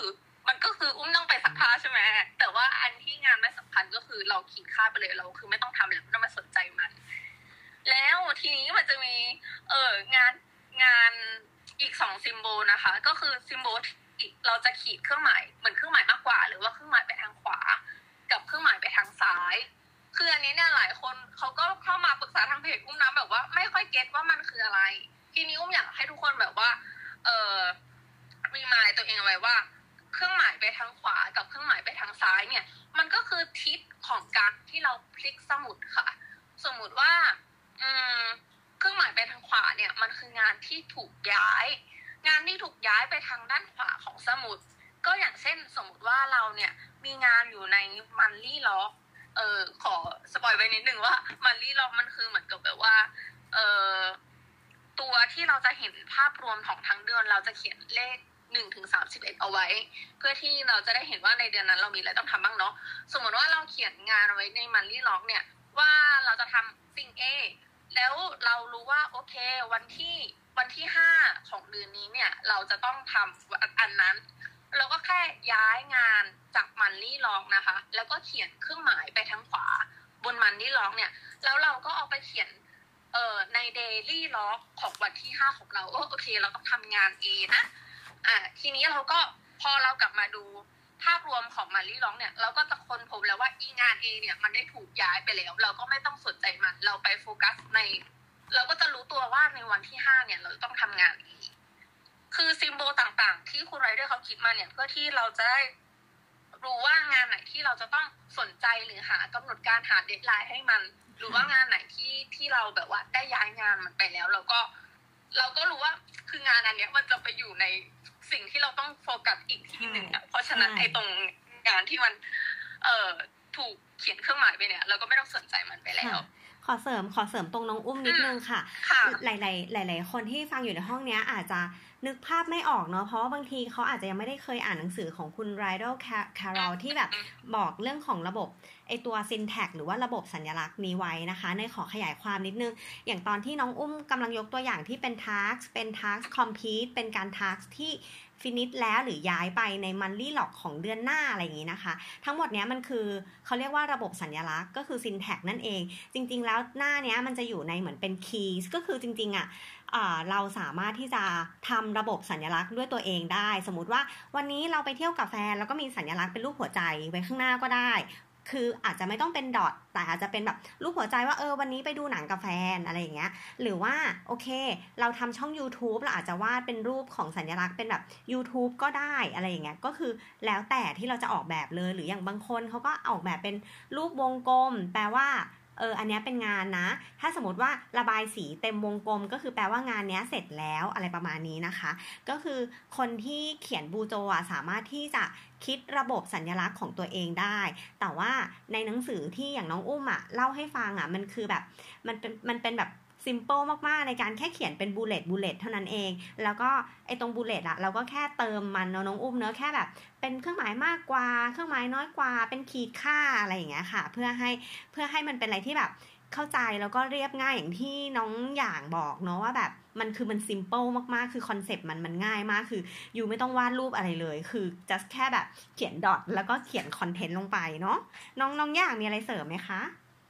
มันก็คืออุ้มต้องไปซักผ้าใช่ไหมแต่ว่าอันที่งานไม่สำคัญก็คือเราขีดค่าไปเลยเราคือไม่ต้องทำแล้วไม่ต้องมาสนใจมันแล้วทีนี้มันจะมีเอองานงานอีกสองซิมโบลนะคะก็คือซิมโบลเราจะขีดเครื่องหมายเหมือนเครื่องหมายมากกว่าหรือว่าเครื่องหมายไปทางขวากับเครื่องหมายไปทางซ้ายคืออันนี้เนี่ยหลายคนเขาก็เข้ามาปรึกษาทางเพจอุ้มนะแบบว่าไม่ค่อยเก็ตว่ามันคืออะไรทีนี้อุ้มอยากให้ทุกคนแบบว่าเออรีมายตัวเองไว้ว่าเครื่องหมายไปทางขวากับเครื่องหมายไปทางซ้ายเนี่ยมันก็คือทิศของการที่เราพลิกสมุดค่ะสมมุติว่าอืมเครื่องหมายไปทางขวาเนี่ยมันคืองานที่ถูกย้ายงานที่ถูกย้ายไปทางด้านขวาของสมุดก็อย่างเช่นสมมติว่าเราเนี่ยมีงานอยู่ในมันลี่ล็อกเออขอสปอยไว้นิดนึงว่ามันลี่ล็อกมันคือเหมือนกับแบบว่าเออตัวที่เราจะเห็นภาพรวมของทั้งเดือนเราจะเขียนเลขหนึ่งถึงสามสิบเอ็ดเอาไว้เพื่อที่เราจะได้เห็นว่าในเดือนนั้นเรามีอะไรต้องทำบ้างเนาะสมมติว่าเราเขียนงานไว้ในมันลี่ล็อกเนี่ยว่าเราจะทำสิ่ง A แล้วเรารู้ว่าโอเควันที่วันที่ห้าของเดือนนี้เนี่ยเราจะต้องทำอันนั้นเราก็แค่ย้ายงานจากมันลี่ล็อกนะคะแล้วก็เขียนเครื่องหมายไปทางขวาบนมันลี่ล็อกเนี่ยแล้วเราก็เอาไปเขียนเอ่อในเดลี่ล็อกของวันที่ห้าของเราโอเคเราต้องทำงาน A นะอ่าทีนี้เราก็พอเรากลับมาดูภาพรวมของมันลี่ล็อกเนี่ยเราก็จะค้นพบแล้วว่าอีงาน A เนี่ยมันได้ถูกย้ายไปแล้วเราก็ไม่ต้องสนใจมันเราไปโฟกัสในเราก็จะรู้ตัวว่าในวันที่ห้าเนี่ยเราต้องทำงาน A คือซิมโบลต่างๆที่คุณไรเดอร์เขาคิดมาเนี่ยเพื่อที่เราจะได้รู้ว่างานไหนที่เราจะต้องสนใจหรือหากำหนดการหาเดดไลน์ให้มันหรือว่างานไหนที่ที่เราแบบว่าได้ย้ายงานมันไปแล้วเราก็เราก็รู้ว่าคืองานอันเนี้ยมันจะไปอยู่ในสิ่งที่เราต้องโฟกัสอีกทีหนึ่งอ่ะเพราะฉะนั้นไอ้ตรงงานที่มันเอ่อถูกเขียนเครื่องหมายไปเนี่ยเราก็ไม่ต้องสนใจมันไปแล้วขอเสริมขอเสริมตรงน้องอุ้มนิดนึงค่ะหลายๆหลายๆคนที่ฟังอยู่ในห้องนี้อาจจะนึกภาพไม่ออกเนาะเพราะว่าบางทีเขาอาจจะยังไม่ได้เคยอ่านหนังสือของคุณ Rydell Carroll ที่แบบบอกเรื่องของระบบไอตัว syntax หรือว่าระบบสัญลักษณ์นี้ไว้นะคะในขอขยายความนิดนึงอย่างตอนที่น้องอุ้มกำลังยกตัวอย่างที่เป็น task เป็น task complete เป็นการ task ที่finish แล้วหรือย้ายไปใน monthly log ของเดือนหน้าอะไรอย่างนี้นะคะทั้งหมดนี้มันคือเขาเรียกว่าระบบสัญลักษณ์ก็คือ syntax นั่นเองจริงๆแล้วหน้านี้มันจะอยู่ในเหมือนเป็น keys ก็คือจริงๆอ่ะเราสามารถที่จะทำระบบสัญลักษณ์ด้วยตัวเองได้สมมุติว่าวันนี้เราไปเที่ยวกับแฟนแล้วก็มีสัญลักษณ์เป็นรูปหัวใจไว้ข้างหน้าก็ได้คืออาจจะไม่ต้องเป็นดอทแต่อาจจะเป็นแบบรูปหัวใจว่าเออวันนี้ไปดูหนังกับแฟนอะไรอย่างเงี้ยหรือว่าโอเคเราทำช่อง YouTube เราอาจจะวาดเป็นรูปของสัญลักษณ์เป็นแบบ YouTube ก็ได้อะไรอย่างเงี้ยก็คือแล้วแต่ที่เราจะออกแบบเลยหรืออย่างบางคนเขาก็ออกแบบเป็นรูปวงกลมแปลว่าเอออันนี้เป็นงานนะถ้าสมมติว่าระบายสีเต็มวงกลมก็คือแปลว่างานนี้เสร็จแล้วอะไรประมาณนี้นะคะก็คือคนที่เขียนบูโจอ่ะสามารถที่จะคิดระบบสัญลักษณ์ของตัวเองได้แต่ว่าในหนังสือที่อย่างน้องอุ้มอ่ะเล่าให้ฟังอ่ะมันคือแบบมันเป็นมันเป็นแบบซิมเปิลมากๆในการแค่เขียนเป็นบูเลตบูเลตเท่านั้นเองแล้วก็ไอ้ตรงบูเลตอะเราก็แค่เติมมันเนาะน้องอุ้มเนอะแค่แบบเป็นเครื่องหมายมากกว่าเครื่องหมายน้อยกว่าเป็นขีดค่าอะไรอย่างเงี้ยค่ะเพื่อให้เพื่อให้มันเป็นอะไรที่แบบเข้าใจแล้วก็เรียบง่ายอย่างที่น้องอย่างบอกเนาะว่าแบบมันคือมันซิมเปิลมากๆคือคอนเซปต์มันมันง่ายมากคือยูไม่ต้องวาดรูปอะไรเลยคือ just แค่แบบเขียนดอทแล้วก็เขียนคอนเทนต์ลงไปเนาะน้องน้องอย่างมีอะไรเสริมไหมคะ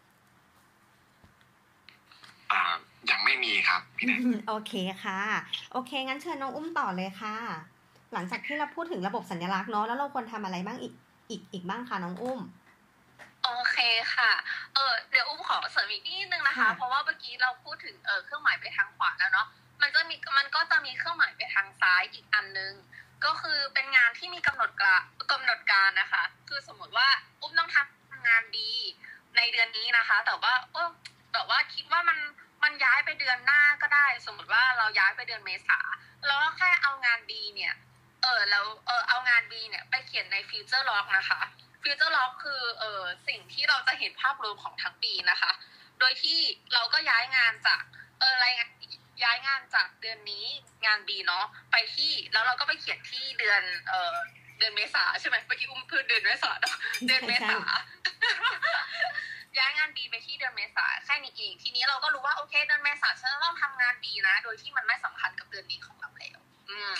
อ่ายังไม่มีครับพี่แนนโอเคค่ะโอเคงั้นเชิญน้องอุ้มต่อเลยค่ะหลังจากที่เราพูดถึงระบบสัญลักษณ์เนาะแล้วเราควรทำอะไรบ้างอีกอีกอีกบ้างคะน้องอุ้มโอเคค่ะเออเดี๋ยวอุ้มขอเสริมอีกนิดนึงนะคะเพราะว่าเมื่อกี้เราพูดถึงเออเครื่องหมายไปทางขวาแล้วเนาะมันจะมีมันก็จะมีเครื่องหมายไปทางซ้ายอีกอันนึงก็คือเป็นงานที่มีกำหนดการกำหนดการนะคะคือสมมติว่าอุ้มต้องทำงานดีในเดือนนี้นะคะแต่ว่าเออแต่ว่าคิดว่ามันมันย้ายไปเดือนหน้าก็ได้สมมติว่าเราย้ายไปเดือนเมษาแล้วแค่เอางานดีเนี่ยเออแล้วเออเอางานดีเนี่ยไปเขียนในฟิวเจอร์ล็อกนะคะฟิวเจอร์ล็อกคือเออสิ่งที่เราจะเห็นภาพรวมของทั้งปีนะคะโดยที่เราก็ย้ายงานจากเออรายงานย้ายงานจากเดือนนี้งาน B เนาะไปที่แล้วเราก็ไปเขียนที่เดือนเออเดือนเมษาใช่ไหมเมื่อกี้อุ้มพูดเดือนเมษาเนาะเดือนเมษาย้ายงาน B ไปที่เดือนเมษาแค่นี้เองทีนี้เราก็รู้ว่าโอเคเดือนเมษาฉันต้องทำงาน B นะโดยที่มันไม่สำคัญกับเดือนนี้ของเราแล้วอืม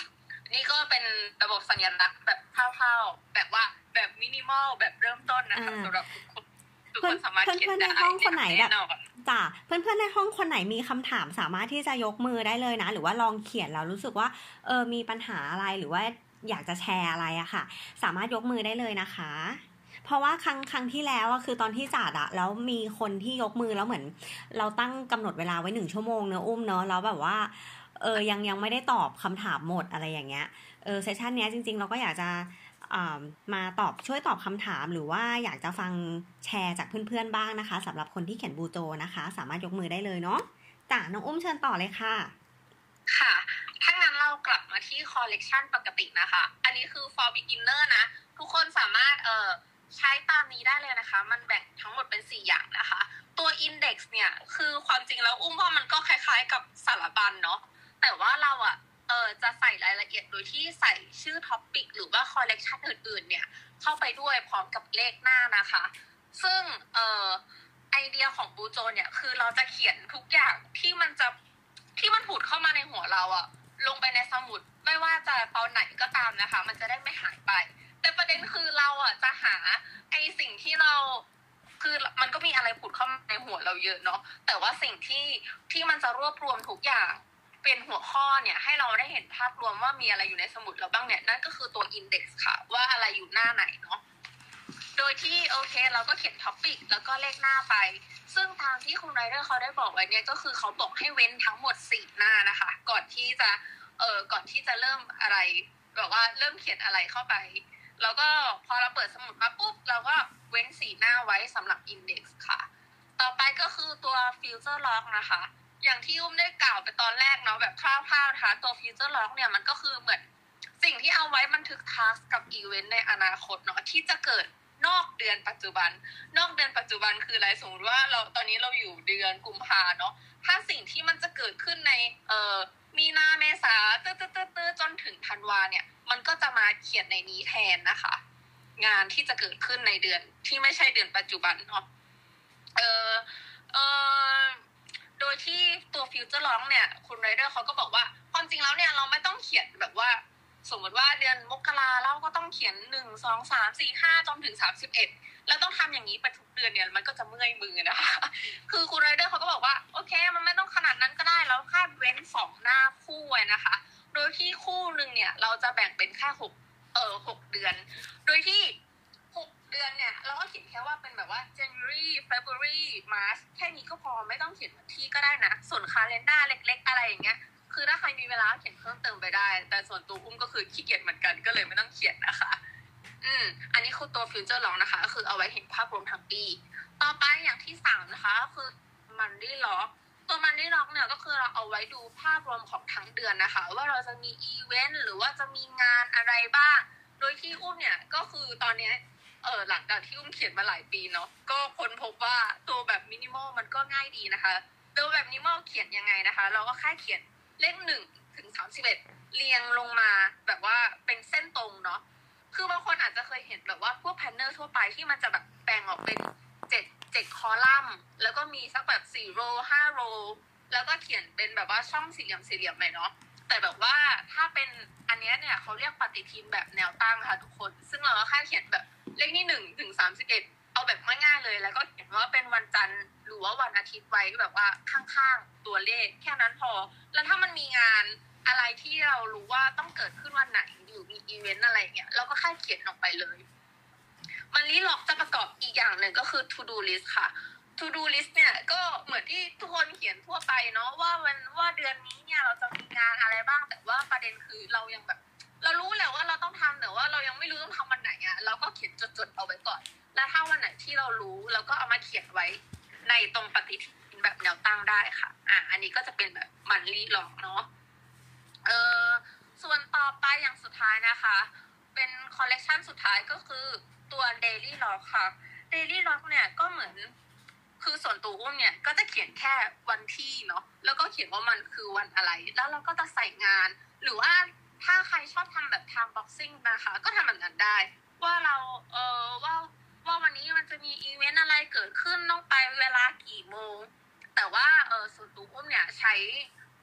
นี่ก็เป็นระบบสัญลักษณ์แบบคร่าวๆแบบว่าแบบมินิมอลแบบเริ่มต้นนะคะสำหรับทุกคนทุกคนสามารถเขียนได้ในห้องคนไหนแบบจ้ะเพื่อนๆในห้องคนไหนมีคำถามสามารถที่จะยกมือได้เลยนะหรือว่าลองเขียนแล้วรู้สึกว่าเออมีปัญหาอะไรหรือว่าอยากจะแชร์อะไรอะค่ะสามารถยกมือได้เลยนะคะเพราะว่าครั้งครั้งที่แล้วอะคือตอนที่จัดอะแล้วมีคนที่ยกมือแล้วเหมือนเราตั้งกำหนดเวลาไว้หนึ่งชั่วโมงเนอะอุ้มเนอะแล้วแบบว่าเออยังยังไม่ได้ตอบคำถามหมดอะไรอย่างเงี้ยเออเซสชันเนี้ยจริงๆเราก็อยากจะมาตอบช่วยตอบคำถามหรือว่าอยากจะฟังแชร์จากเพื่อนๆบ้างนะคะสำหรับคนที่เขียนบูโจนะคะสามารถยกมือได้เลยเนาะจ้ะน้องอุ้มเชิญต่อเลยค่ะค่ะถ้างั้นเรากลับมาที่คอลเลกชันปกตินะคะอันนี้คือ for beginner นะทุกคนสามารถเอ่อใช้ตามนี้ได้เลยนะคะมันแบ่งทั้งหมดเป็นสี่อย่างนะคะตัว index เนี่ยคือความจริงแล้วอุ้มว่ามันก็คล้ายๆกับสารบัญเนาะแต่ว่าเราอ่ะเออจะใส่รายละเอียดโดยที่ใส่ชื่อท็อปิกหรือว่าคอลเลกชันอื่นๆเนี่ยเข้าไปด้วยพร้อมกับเลขหน้านะคะซึ่งเออไอเดียของบูโจเนี่ยคือเราจะเขียนทุกอย่างที่มันจะที่มันผุดเข้ามาในหัวเราอะลงไปในสมุดไม่ว่าจะตอนไหนก็ตามนะคะมันจะได้ไม่หายไปแต่ประเด็นคือเราอะจะหาไอสิ่งที่เราคือมันก็มีอะไรผุดเข้ามาในหัวเราเยอะเนาะแต่ว่าสิ่งที่ที่มันจะรวบรวมทุกอย่างเป็นหัวข้อเนี่ยให้เราได้เห็นภาพรวมว่ามีอะไรอยู่ในสมุดเราบ้างเนี่ยนั่นก็คือตัว index ค่ะว่าอะไรอยู่หน้าไหนเนาะโดยที่โอเคเราก็เขียนท็อปิกแล้วก็เลขหน้าไปซึ่งทางที่คุณไรเดอร์เขาได้บอกไว้เนี่ยก็คือเขาบอกให้เว้นทั้งหมดสี่หน้านะคะก่อนที่จะเอ่อก่อนที่จะเริ่มอะไรแบบว่าเริ่มเขียนอะไรเข้าไปแล้วก็พอเราเปิดสมุดมาปุ๊บเราก็เว้นสี่หน้าไว้สำหรับ index ค่ะต่อไปก็คือตัว future log นะคะอย่างที่อุ้มได้กล่าวไปตอนแรกเนาะแบบคร่าวๆนะคะตัว future log เนี่ยมันก็คือเหมือนสิ่งที่เอาไว้บันทึก task กับ event ในอนาคตเนาะที่จะเกิดนอกเดือนปัจจุบันนอกเดือนปัจจุบันคืออะไรสมมติว่าเราตอนนี้เราอยู่เดือนกุมภาเนาะถ้าสิ่งที่มันจะเกิดขึ้นในเอ่อมีนาเมษาตื้อๆๆจนถึงธันวาเนี่ยมันก็จะมาเขียนในนี้แทนนะคะงานที่จะเกิดขึ้นในเดือนที่ไม่ใช่เดือนปัจจุบันเนาะเออเออโดยที่ตัวฟิวเจอร์ล็อกเนี่ยคุณไรเดอร์เขาก็บอกว่าความจริงแล้วเนี่ยเราไม่ต้องเขียนแบบว่าสมมติว่าเดือนมกราเราก็ต้องเขียนหนึ่ง สอง สาม สี่ ห้าจนถึงสามสิบเอ็ดแล้วต้องทำอย่างนี้ไปทุกเดือนเนี่ยมันก็จะเมื่อยมือนะคะคือคุณไรเดอร์เขาก็บอกว่าโอเคมันไม่ต้องขนาดนั้นก็ได้แล้วคาดเว้นสองหน้าคู่นะคะโดยที่คู่นึงเนี่ยเราจะแบ่งเป็นแค่หกเอ่อหกเดือนโดยที่หกเดือนเนี่ยเราก็เขียนแค่ว่าเป็นแบบว่า January February March แค่นี้ก็พอไม่ต้องเขียนที่ก็ได้นะส่วนคาเลนด้าเล็กๆอะไรอย่างเงี้ยคือถ้าใครมีเวลาเขียนเพิ่มเติมไปได้แต่ส่วนตัวอุ้มก็คือขี้เกียจเหมือนกันก็เลยไม่ต้องเขียนนะคะอืมอันนี้คือตัว future log นะคะก็คือเอาไว้เห็นภาพรวมทั้งปีต่อไปอย่างที่สามนะคะก็คือ monthly log ตัว monthly log เนี่ยก็คือเราเอาไว้ดูภาพรวมของทั้งเดือนนะคะว่าเราจะมีอีเวนต์หรือว่าจะมีงานอะไรบ้างโดยที่อุ้มเนี่ยก็คือตอนนี้เออหลังจากที่อุ้มเขียนมาหลายปีเนาะก็ค้นพบว่าตัวแบบมินิมอลมันก็ง่ายดีนะคะตัวแบบมินิมอลเขียนยังไงนะคะเราก็แค่เขียนเลขหนึ่งถึงสามสิบเอ็ดเรียงลงมาแบบว่าเป็นเส้นตรงเนาะคือบางคนอาจจะเคยเห็นแบบว่าพวกแพนเนอร์ทั่วไปที่มันจะแบบแบ่งออกเป็นเจ็ดเจ็ดคอลัมน์แล้วก็มีสักแบบสี่โรห้าโรแล้วก็เขียนเป็นแบบว่าช่องสี่เหลี่ยมสี่เหลี่ยมหน่อยเนาะแต่แบบว่าถ้าเป็นอันนี้เนี่ยเขาเรียกปฏิทินแบบแนวตั้งค่ะทุกคนซึ่งเราก็แค่เขียนแบบเลขที่หนึ่งถึงสามสิบเอ็ดเอาแบบง่ายๆเลยแล้วก็เขียนว่าเป็นวันจันทร์หรือว่าวันอาทิตย์ไว้แบบว่าข้างๆตัวเลขแค่นั้นพอแล้วถ้ามันมีงานอะไรที่เรารู้ว่าต้องเกิดขึ้นวันไหนหรือมีอีเวนต์อะไรเงี้ยเราก็แค่เขียนลงไปเลยมันรีล็อกจะประกอบอีกอย่างหนึ่งก็คือ to do list ค่ะ to do list เนี่ยก็เหมือนที่ทุกคนเขียนทั่วไปเนาะว่าวันว่าเดือนนี้เนี่ยเราจะมีงานอะไรบ้างแต่ว่าประเด็นคือเรายังแบบเรารู้แหละว่าเราต้องทำแต่ว่าเรายังไม่รู้ต้องทำวันไหนอ่ะเราก็เขียนจดๆเอาไว้ก่อนแล้วถ้าวันไหนที่เรารู้เราก็เอามาเขียนไว้ในตรงปฏิทินแบบแนวตั้งได้ค่ะอ่ะอันนี้ก็จะเป็นแบบมันรีล็อกเนาะเออส่วนต่อไปอย่างสุดท้ายนะคะเป็นคอลเลกชันสุดท้ายก็คือตัว daily log ค่ะ daily log เนี่ยก็เหมือนคือส่วนตัวอุ้มเนี่ยก็จะเขียนแค่วันที่เนาะแล้วก็เขียนว่ามันคือวันอะไรแล้วเราก็จะใส่งานหรือว่าถ้าใครชอบทำแบบ time boxing นะคะก็ทำแบบนั้นได้ว่าเราเออว่าว่าวันนี้มันจะมีอีเวนต์อะไรเกิดขึ้นต้องไปเวลากี่โมงแต่ว่าเออส่วนตัวอุ้มเนี่ยใช้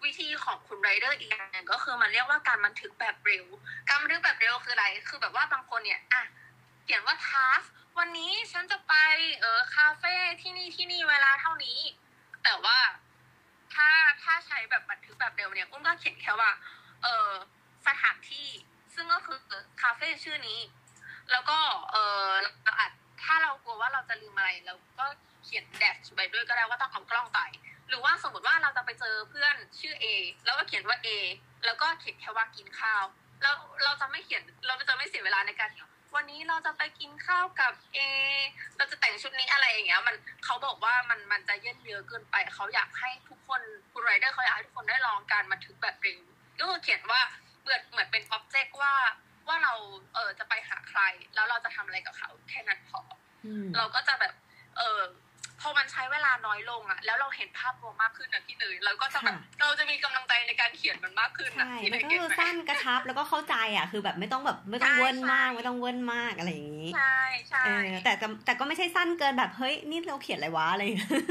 วิธีของคุณไรเดอร์อีกอย่างหนึ่งก็คือมันเรียกว่าการบันทึกแบบเร็วการบันทึกแบบเร็วคืออะไรคือแบบว่าบางคนเนี่ยอ่ะเขียนว่าทัสวันนี้ฉันจะไปเออคาเฟ่ที่นี่ที่นี่เวลาเท่านี้แต่ว่าถ้าถ้าใช้แบบบันทึกแบบเร็วเนี่ยอุ้มก็เขียนแค่ว่าเออสถานที่ซึ่งก็คือคาเฟ่ชื่อนี้แล้วก็เออเราอาจถ้าเรากลัวว่าเราจะลืมอะไรเราก็เขียนแดชไปด้วยก็ได้ว่าต้องเอากล้องไปหรือว่าสมมติว่าเราจะไปเจอเพื่อนชื่อ A แล้วก็เขียนว่า A แล้วก็เขียนแค่ว่ากินข้าวแล้วเราจะไม่เขียนเราจะไม่เสียเวลาในการเขียนวันนี้เราจะไปกินข้าวกับ A เราจะแต่งชุดนี้อะไรอย่างเงี้ยมันเขาบอกว่ามันมันจะเยินเยอะเกินไปเขาอยากให้ทุกคนคุณไรเดอร์เขาอยากให้ทุกคนได้ลองการบันทึกแบบเร็วก็คือเขียนว่าเหมือนเหมือนเป็น object ว่าว่าเราเออจะไปหาใครแล้วเราจะทำอะไรกับเขาแค่นั้นพอเราก็จะแบบเออพอมันใช้เวลาน้อยลงอ่ะแล้วเราเห็นภาพรวมมากขึ้นนะพี่เนยเราก็จะแบบเราจะมีกำลังใจในการเขียนมันมากขึ้นนะใช่มันก็คือสั้นกระชับแล้วก็เข้าใจอ่ะคือแบบไม่ต้องแบบไม่ต้องเวิร์นมากไม่ต้องเวิร์นมากอะไรอย่างนี้ใช่ใช่แต่แต่ก็ไม่ใช่สั้นเกินแบบเฮ้ยนี่เราเขียนอะไรวะอะไร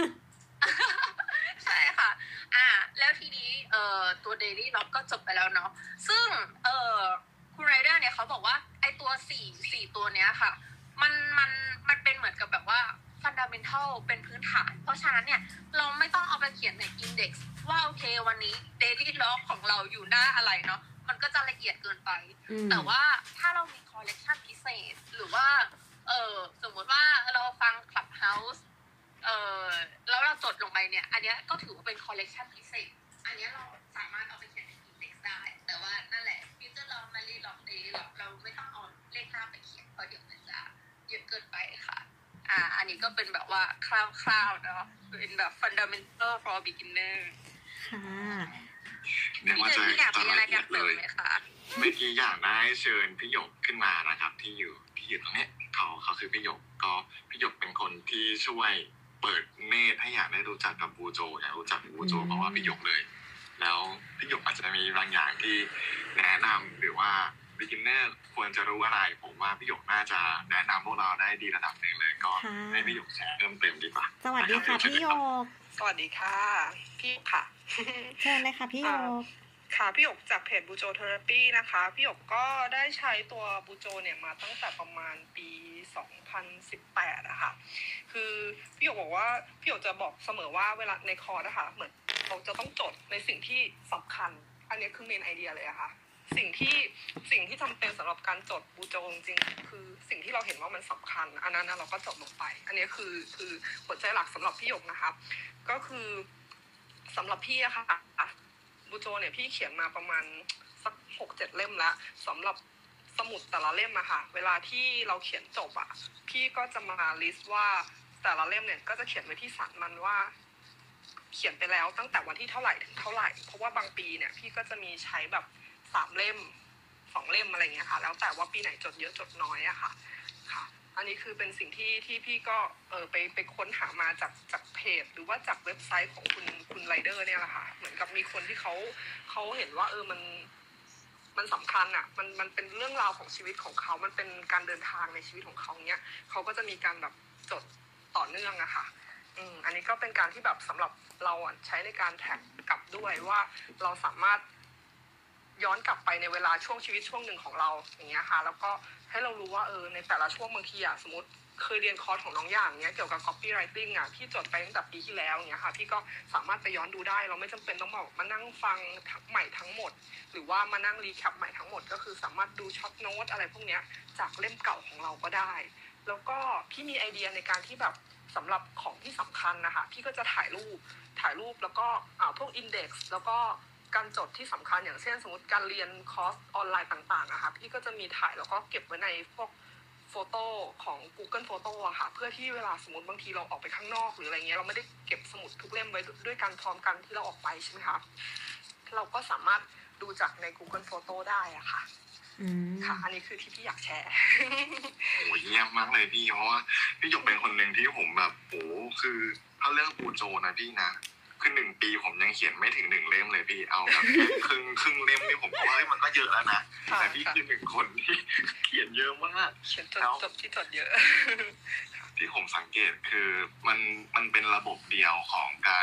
ใช่ค่ะอ่าแล้วทีนี้เอ่อตัว daily log ก็จบไปแล้วเนาะซึ่งเอ่อคุณไรเดอร์เนี่ยเขาบอกว่าไอตัวสี่สี่ตัวเนี้ยค่ะมันมันมันเป็นเหมือนกับแบบว่าfundamental เป็นพื้นฐานเพราะฉะนั้นเนี่ยเราไม่ต้องเอาไปเขียนใน index ว่าโอเควันนี้ daily log ของเราอยู่หน้าอะไรเนาะมันก็จะละเอียดเกินไปแต่ว่าถ้าเรามี collection พิเศษหรือว่าเออสมมติว่าเราฟัง Clubhouse เออแล้วเราจดลงไปเนี่ยอันนี้ก็ถือว่าเป็น collection พิเศษอันนี้เราสามารถเอาไปเขียนใน index ได้แต่ว่านั่นแหละ future log daily log daily log เราไม่ต้องเอาเลขหน้าไปเขียนเพราะเดี๋ยวมันจะเยอะเกินไปค่ะอ่าอันนี้ก็เป็นแบบว่าคร่าวๆเนาะเป็นแบบ fundamental for beginner ค่ะเนี่ยว่าจะจะละเอียดเลยเมื่อกี้อยากได้เชิญพี่หยกขึ้นมานะครับที่อยู่ที่อยู่ตรงนี้เขาเขาคือพี่หยกก็พี่หยกเป็นคนที่ช่วยเปิดเนตรให้อยากได้รู้จักกับบูโจอยากรู้จักบูโจเพราะว่าพี่หยกเลยแล้วพี่หยกอาจจะมีบางอย่างที่แนะนำหรือว่าbeginner ควรจะรู้อะไรผมว่าพี่หยกน่าจะแนะนำพวกเราได้ดีระดับหนึ่งเลยก็ให้พี่หยกแชร์เพิ่มเติมดีกว่าสวัสดีค่ะพี่หยกสวัสดีค่ะพี่ค่ะเชิญเลยค่ะพี่หยกค่ะพี่หยกจากเพจบูโจเทอราปีนะคะพี่หยกก็ได้ใช้ตัวบูโจเนี่ยมาตั้งแต่ประมาณปีสองพันสิบแปดอะค่ะคือพี่หยกบอกว่าพี่หยกจะบอกเสมอว่าเวลาในคอร์สนะคะเหมือนเราจะต้องจดในสิ่งที่สำคัญอันนี้คือเมนไอเดียเลยอะค่ะสิ่งที่สิ่งที่จำเป็นสำหรับการจดบูโจจริงๆคือสิ่งที่เราเห็นว่ามันสำคัญอันนั้นเราก็จดลงไปอันนี้คือคือหัวใจหลักสำหรับพี่หยกนะคะก็คือสำหรับพี่อะค่ะบูโจเนี่ยพี่เขียนมาประมาณสักหกเจ็ดเล่มแล้วสำหรับสมุดแต่ละเล่มอะค่ะเวลาที่เราเขียนจบอะพี่ก็จะมาลิสต์ว่าแต่ละเล่มเนี่ยก็จะเขียนไว้ที่สันมันว่าเขียนไปแล้วตั้งแต่วันที่เท่าไหร่ถึงเท่าไหร่เพราะว่าบางปีเนี่ยพี่ก็จะมีใช้แบบสามเล่มสองเล่มอะไรเงี้ยค่ะแล้วแต่ว่าปีไหนจดเยอะจดน้อยอะค่ะค่ะอันนี้คือเป็นสิ่งที่ที่พี่ก็เออไปไปค้นหามาจากจากเพจหรือว่าจากเว็บไซต์ของคุณคุณไรเดอร์เนี่ยแหละค่ะเหมือนกับมีคนที่เขาเขาเห็นว่าเออมันมันสำคัญอะมันมันเป็นเรื่องราวของชีวิตของเขามันเป็นการเดินทางในชีวิตของเขาเนี้ยเขาก็จะมีการแบบจดต่อเนื่องอะค่ะอืมอันนี้ก็เป็นการที่แบบสำหรับเราอ่ะใช้ในการแท็กกลับด้วยว่าเราสามารถย้อนกลับไปในเวลาช่วงชีวิตช่วงหนึ่งของเราอย่างเงี้ยค่ะแล้วก็ให้เรารู้ว่าเออในแต่ละช่วงบางทีอ่ะสมมติเคยเรียนคอร์สของน้องอย่างเงี้ยเกี่ยวกับ copywriting อ่ะพี่จดไปตั้งแต่ปีที่แล้วอย่างเงี้ยค่ะพี่ก็สามารถไปย้อนดูได้เราไม่จำเป็นต้องบอกมานั่งฟังใหม่ทั้งหมดหรือว่ามานั่งรีแคปใหม่ทั้งหมดก็คือสามารถดูช็อตโน้ตอะไรพวกเนี้ยจากเล่มเก่าของเราก็ได้แล้วก็พี่มีไอเดียในการที่แบบสำหรับของที่สำคัญนะคะพี่ก็จะถ่ายรูปถ่ายรูปแล้วก็อ่าพวก index แล้วก็การจดที่สำคัญอย่างเช่นสมมติการเรียนคอร์สออนไลน์ต่างๆอะค่ะพี่ก็จะมีถ่ายแล้วก็เก็บไว้ในพวกโฟโต้ของ Google Photo อะค่ะเพื่อที่เวลาสมมติบางทีเราออกไปข้างนอกหรืออะไรเงี้ยเราไม่ได้เก็บสมุดทุกเล่มไว้ด้วยกันพร้อมกันที่เราออกไปใช่ไหมคะเราก็สามารถดูจากใน Google Photo ได้อะค่ะค่ะอันนี้คือที่พี่อยากแชร์โอ้ยเยี่ยมมากเลยพี่เพราะว่าพี่หยกเป็นคนหนึ่งที่ผมแบบโอ้คือถ้าเรื่องบูโจนะพี่นะคือหนึ่งปีผมยังเขียนไม่ถึงหนึ่งเล่มเลยพี่เอาแบบครึ่งครึ่งเล่มนี่ผมก็ว่ามันก็เยอะแล้วนะแต่พี่คือหนึ่งคนที่เขียนเยอะมากเขียนจดจดที่จดเยอะที่ผมสังเกตคือมันมันเป็นระบบเดียวของการ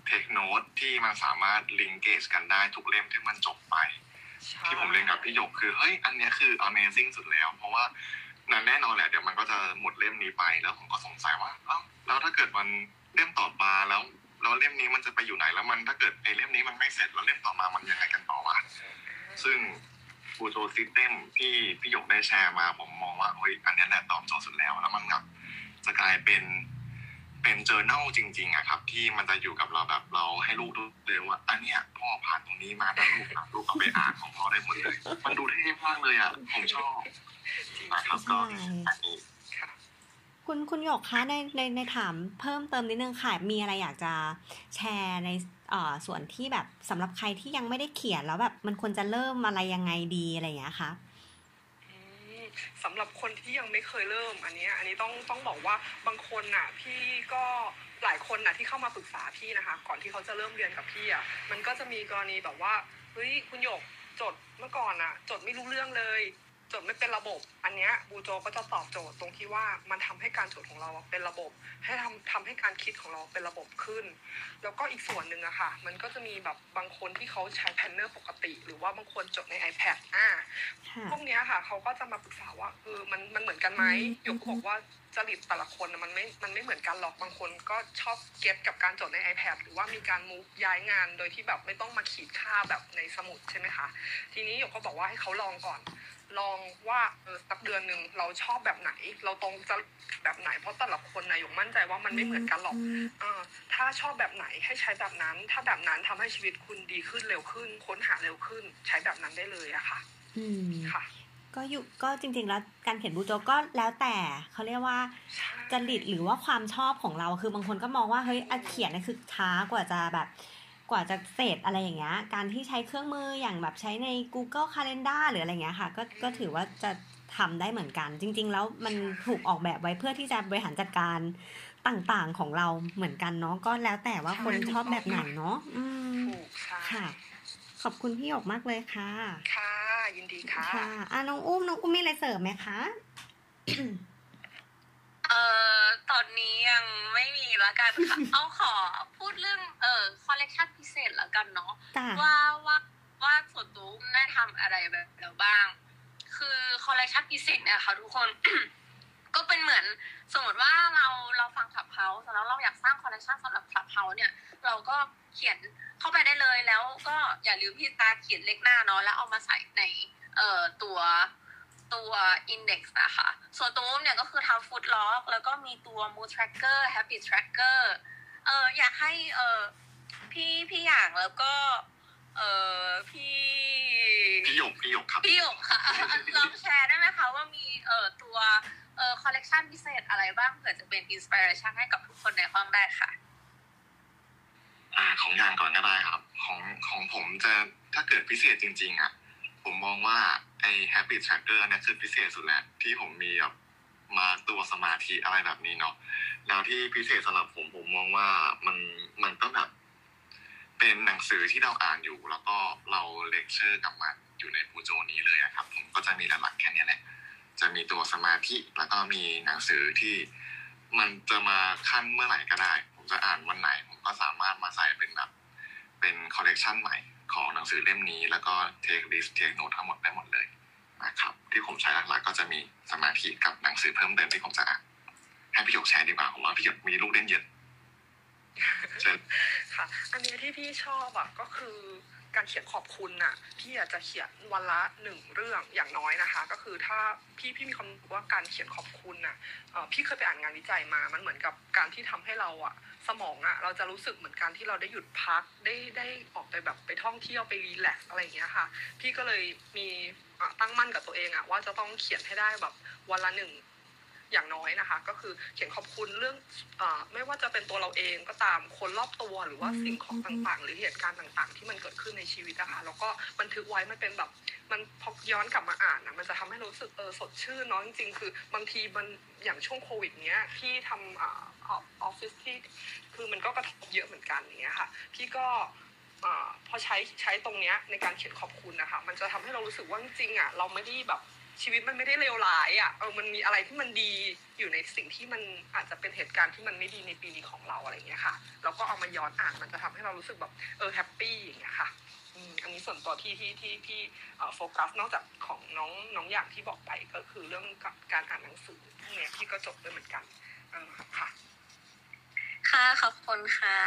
เทคโนตที่มันสามารถลิงเกจกันได้ทุกเล่มที่มันจบไปที่ผมเรียนกับพี่หยกคือเฮ้ยอันนี้คือ Amazing สุดแล้วเพราะว่านั่นแน่นอนแหละเดี๋ยวมันก็จะหมดเล่มนี้ไปแล้วผมก็สงสัยว่าเอ้าแล้วถ้าเกิดมันเล่มต่อมาแล้วแล้วเล่มนี้มันจะไปอยู่ไหนแล้วมันถ้าเกิดไอ้เล่มนี้มันไม่เสร็จแล้วเล่มต่อมามันยังไงกันต่อวะซึ่งบูโจซิสเต็มที่พี่หยกได้แชร์มาผมมองว่าเฮ้ยอันนี้แหละตอบโจทย์สุดแล้วแล้วมันแบบจะกลายเป็นเป็น journal จริงๆอะครับที่มันจะอยู่กับเราแบบเราให้ลูกดูเลยว่าอันเนี้ยพ่อผ่านตรงนี้มาแล้วลูกลูกเอาไปอ่านของพ่อได้หมดเลยมันดูเท่มากเลยอะผมชอบนะครับก็อันนี้คุณคุณหยกคะในในในถามเพิ่มเติมนิดนึงค่ะมีอะไรอยากจะแชร์ในเอ่อส่วนที่แบบสำหรับใครที่ยังไม่ได้เขียนแล้วแบบมันควรจะเริ่มอะไรยังไงดีอะไรอย่างเงี้ยคะสำหรับคนที่ยังไม่เคยเริ่มอันนี้อันนี้ต้องต้องบอกว่าบางคนน่ะพี่ก็หลายคนน่ะที่เข้ามาปรึกษาพี่นะคะก่อนที่เขาจะเริ่มเรียนกับพี่อ่ะมันก็จะมีกรณีแบบว่าเฮ้ยคุณหยกจดเมื่อก่อนอ่ะจดไม่รู้เรื่องเลยจดไม่เป็นระบบอันเนี้ยบูโจก็จะตอบโจทย์ตรงที่ว่ามันทำให้การจดของเราเป็นระบบให้ทำทำให้การคิดของเราเป็นระบบขึ้นแล้วก็อีกส่วนหนึ่งอะค่ะมันก็จะมีแบบบางคนที่เขาใช้แพนเนอร์ปกติหรือว่าบางคนจดใน iPad อ่าพวกเนี้ยค่ะเขาก็จะมาปรึกษาว่าเออมันมันเหมือนกันไหมหยกบอกว่าจริตแต่ละคนมันไม่มันไม่เหมือนกันหรอกบางคนก็ชอบเก็ตกับการจดใน iPad หรือว่ามีการมูฟย้ายงานโดยที่แบบไม่ต้องมาขีดค่าแบบในสมุดใช่ไหมคะทีนี้หยกก็บอกว่าให้เขาลองก่อนลองว่าเออสักเดือนนึงเราชอบแบบไหนเราตรงจะแบบไหนเพราะแต่ละคนนะหยกมั่นใจว่ามันไม่เหมือนกันหรอกเออถ้าชอบแบบไหนให้ใช้แบบนั้นถ้าแบบนั้นทำให้ชีวิตคุณดีขึ้นเร็วขึ้นค้นหาเร็วขึ้นใช้แบบนั้นได้เลยอะค่ะอืมค่ะก็อยู่ก็จริงๆแล้วการเขียนบูโจก็แล้วแต่เขาเรียกว่าจริตหรือว่าความชอบของเราคือบางคนก็มองว่าเฮ้ยเขียนนี่คือช้ากว่าจะแบบกว่าจะเสร็จอะไรอย่างเงี้ยการที่ใช้เครื่องมืออย่างแบบใช้ใน Google Calendar หรืออะไรเงี้ยค่ะก็ก็ถือว่าจะทำได้เหมือนกันจริงๆแล้วมันถูกออกแบบไว้เพื่อที่จะบริหารจัดการต่างๆของเราเหมือนกันเนาะก็แล้วแต่ว่าคนชอบแบบไหนเนาะอืมค่ะขอบคุณพี่หยกมากเลยค่ะค่ะยินดีค่ะค่ะอ่ะน้องอุ้มน้องอุ้มมีอะไรเสริมไหมคะเอ่อตอนนี้ยังไม่มีละกันค่ะ เอาขอพูดเรื่องเอ่อคอลเลคชันพิเศษละกันเนาะว่าว่าว่าส่วนตัวอุ้มได้ทำอะไรแบบแล้วบ้างคือคอลเลคชันพิเศษเนี่ยค่ะทุกคน ก็เป็นเหมือนสมมติว่าเราเราฟังคลับเฮาส์แล้วเราอยากสร้างคอลเลคชันสำหรับคลับเฮาส์เนี่ยเราก็เขียนเข้าไปได้เลยแล้วก็อย่าลืมที่ตาเขียนเลขหน้าเนาะแล้วเอามาใส่ในเอ่อตัวตัว index นะคะส่วนตัวอุ้มเนี่ยก็คือทำ food log แล้วก็มีตัว mood tracker habit tracker เอออยากให้เออพี่พี่อย่างแล้วก็เออพี่พี่หยกพี่หยกครับพี่หยกค่ะลองแชร์ได้ไหมคะว่ามีเออตัวเออคอลเลคชันพิเศษอะไรบ้างเผื่อจะเป็นอินสปิเรชันให้กับทุกคนในห้องได้ค่ะอ่าของอย่างก่อนก็ได้ครับของของผมจะถ้าเกิดพิเศษจริงๆอ่ะผมมองว่าไอ้ habit tracker เนี่ยคือพิเศษสุดแล้วที่ผมมีแบบมาตัวสมาธิอะไรแบบนี้เนาะแล้วที่พิเศษสำหรับผมผมมองว่ามันมันก็แบบเป็นหนังสือที่เราอ่านอยู่แล้วก็เราเลคเชอร์กับมันอยู่ในบูโจนี้เลยครับผมก็จะมีหลักๆแค่นี้แหละจะมีตัวสมาธิแล้วก็มีหนังสือที่มันจะมาขั้นเมื่อไหร่ก็ได้ผมจะอ่านวันไหนผมก็สามารถมาใส่เป็นแบบเป็นคอลเลกชันใหม่ของหนังสือเล่มนี้แล้วก็เทคลิสต์เทคโนตทั้งหมดได้หมดเลยนะครับที่ผมใช้หลักๆก็จะมีสมาธิกับหนังสือเพิ่มเติมที่ผมจะอ่านให้พี่หยกแชร์ดีกว่าผมว่าพี่หยกมีลูกเล่นเยอะค่ะอันนี้ที่พี่ชอบอ่ะก็คือการเขียนขอบคุณน่ะพี่อยากจะเขียนวันละหนึ่งเรื่องอย่างน้อยนะคะก็คือถ้าพี่พี่มีความรู้ว่าการเขียนขอบคุณน่ะพี่เคยไปอ่านงานวิจัยมามันเหมือนกับการที่ทำให้เราอ่ะสมองอ่ะเราจะรู้สึกเหมือนการที่เราได้หยุดพักได้ได้ออกไปแบบไปท่องเที่ยวไปรีแลกซ์อะไรอย่างเงี้ยค่ะพี่ก็เลยมีตั้งมั่นกับตัวเองอ่ะว่าจะต้องเขียนให้ได้แบบวันละหนึ่งอย่างน้อยนะคะก็คือเขียนขอบคุณเรื่องเอ่อไม่ว่าจะเป็นตัวเราเองก็ตามคนรอบตัวหรือว่าสิ่งของต่างๆหรือเหตุการณ์ต่างๆที่มันเกิดขึ้นในชีวิตนะคะแล้วก็บันทึกไว้มันเป็นแบบมันพอย้อนกลับมาอ่านนะมันจะทำให้รู้สึกเออสดชื่นเนาะจริงๆคือบางทีมันอย่างช่วงโควิดเนี้ยพี่ทำอ่าออฟฟิศที่คือมันก็กระทบเยอะเหมือนกันอย่างเงี้ยค่ะพี่ก็อ่าพอใช้ใช้ตรงเนี้ยในการเขียนขอบคุณนะคะมันจะทำให้เรารู้สึกว่าจริงๆอ่ะเราไม่ได้แบบชีวิตมันไม่ได้เลวร้ายอ่ะเออมันมีอะไรที่มันดีอยู่ในสิ่งที่มันอาจจะเป็นเหตุการณ์ที่มันไม่ดีในปีนี้ของเราอะไรอย่างเงี้ยค่ะแล้วก็เอามาย้อนอ่านมันจะทำให้เรารู้สึกแบบเออแฮปปี้อย่างเงี้ยค่ะอันนี้ส่วนตัวที่ที่ที่ที่โฟกัสนอกจากของน้องน้องอย่างที่บอกไปก็คือเรื่องการอ่านหนังสือเนี่ยพี่ก็จบด้วยเหมือนกันเออค่ะค่ะขอบคุณค่ะ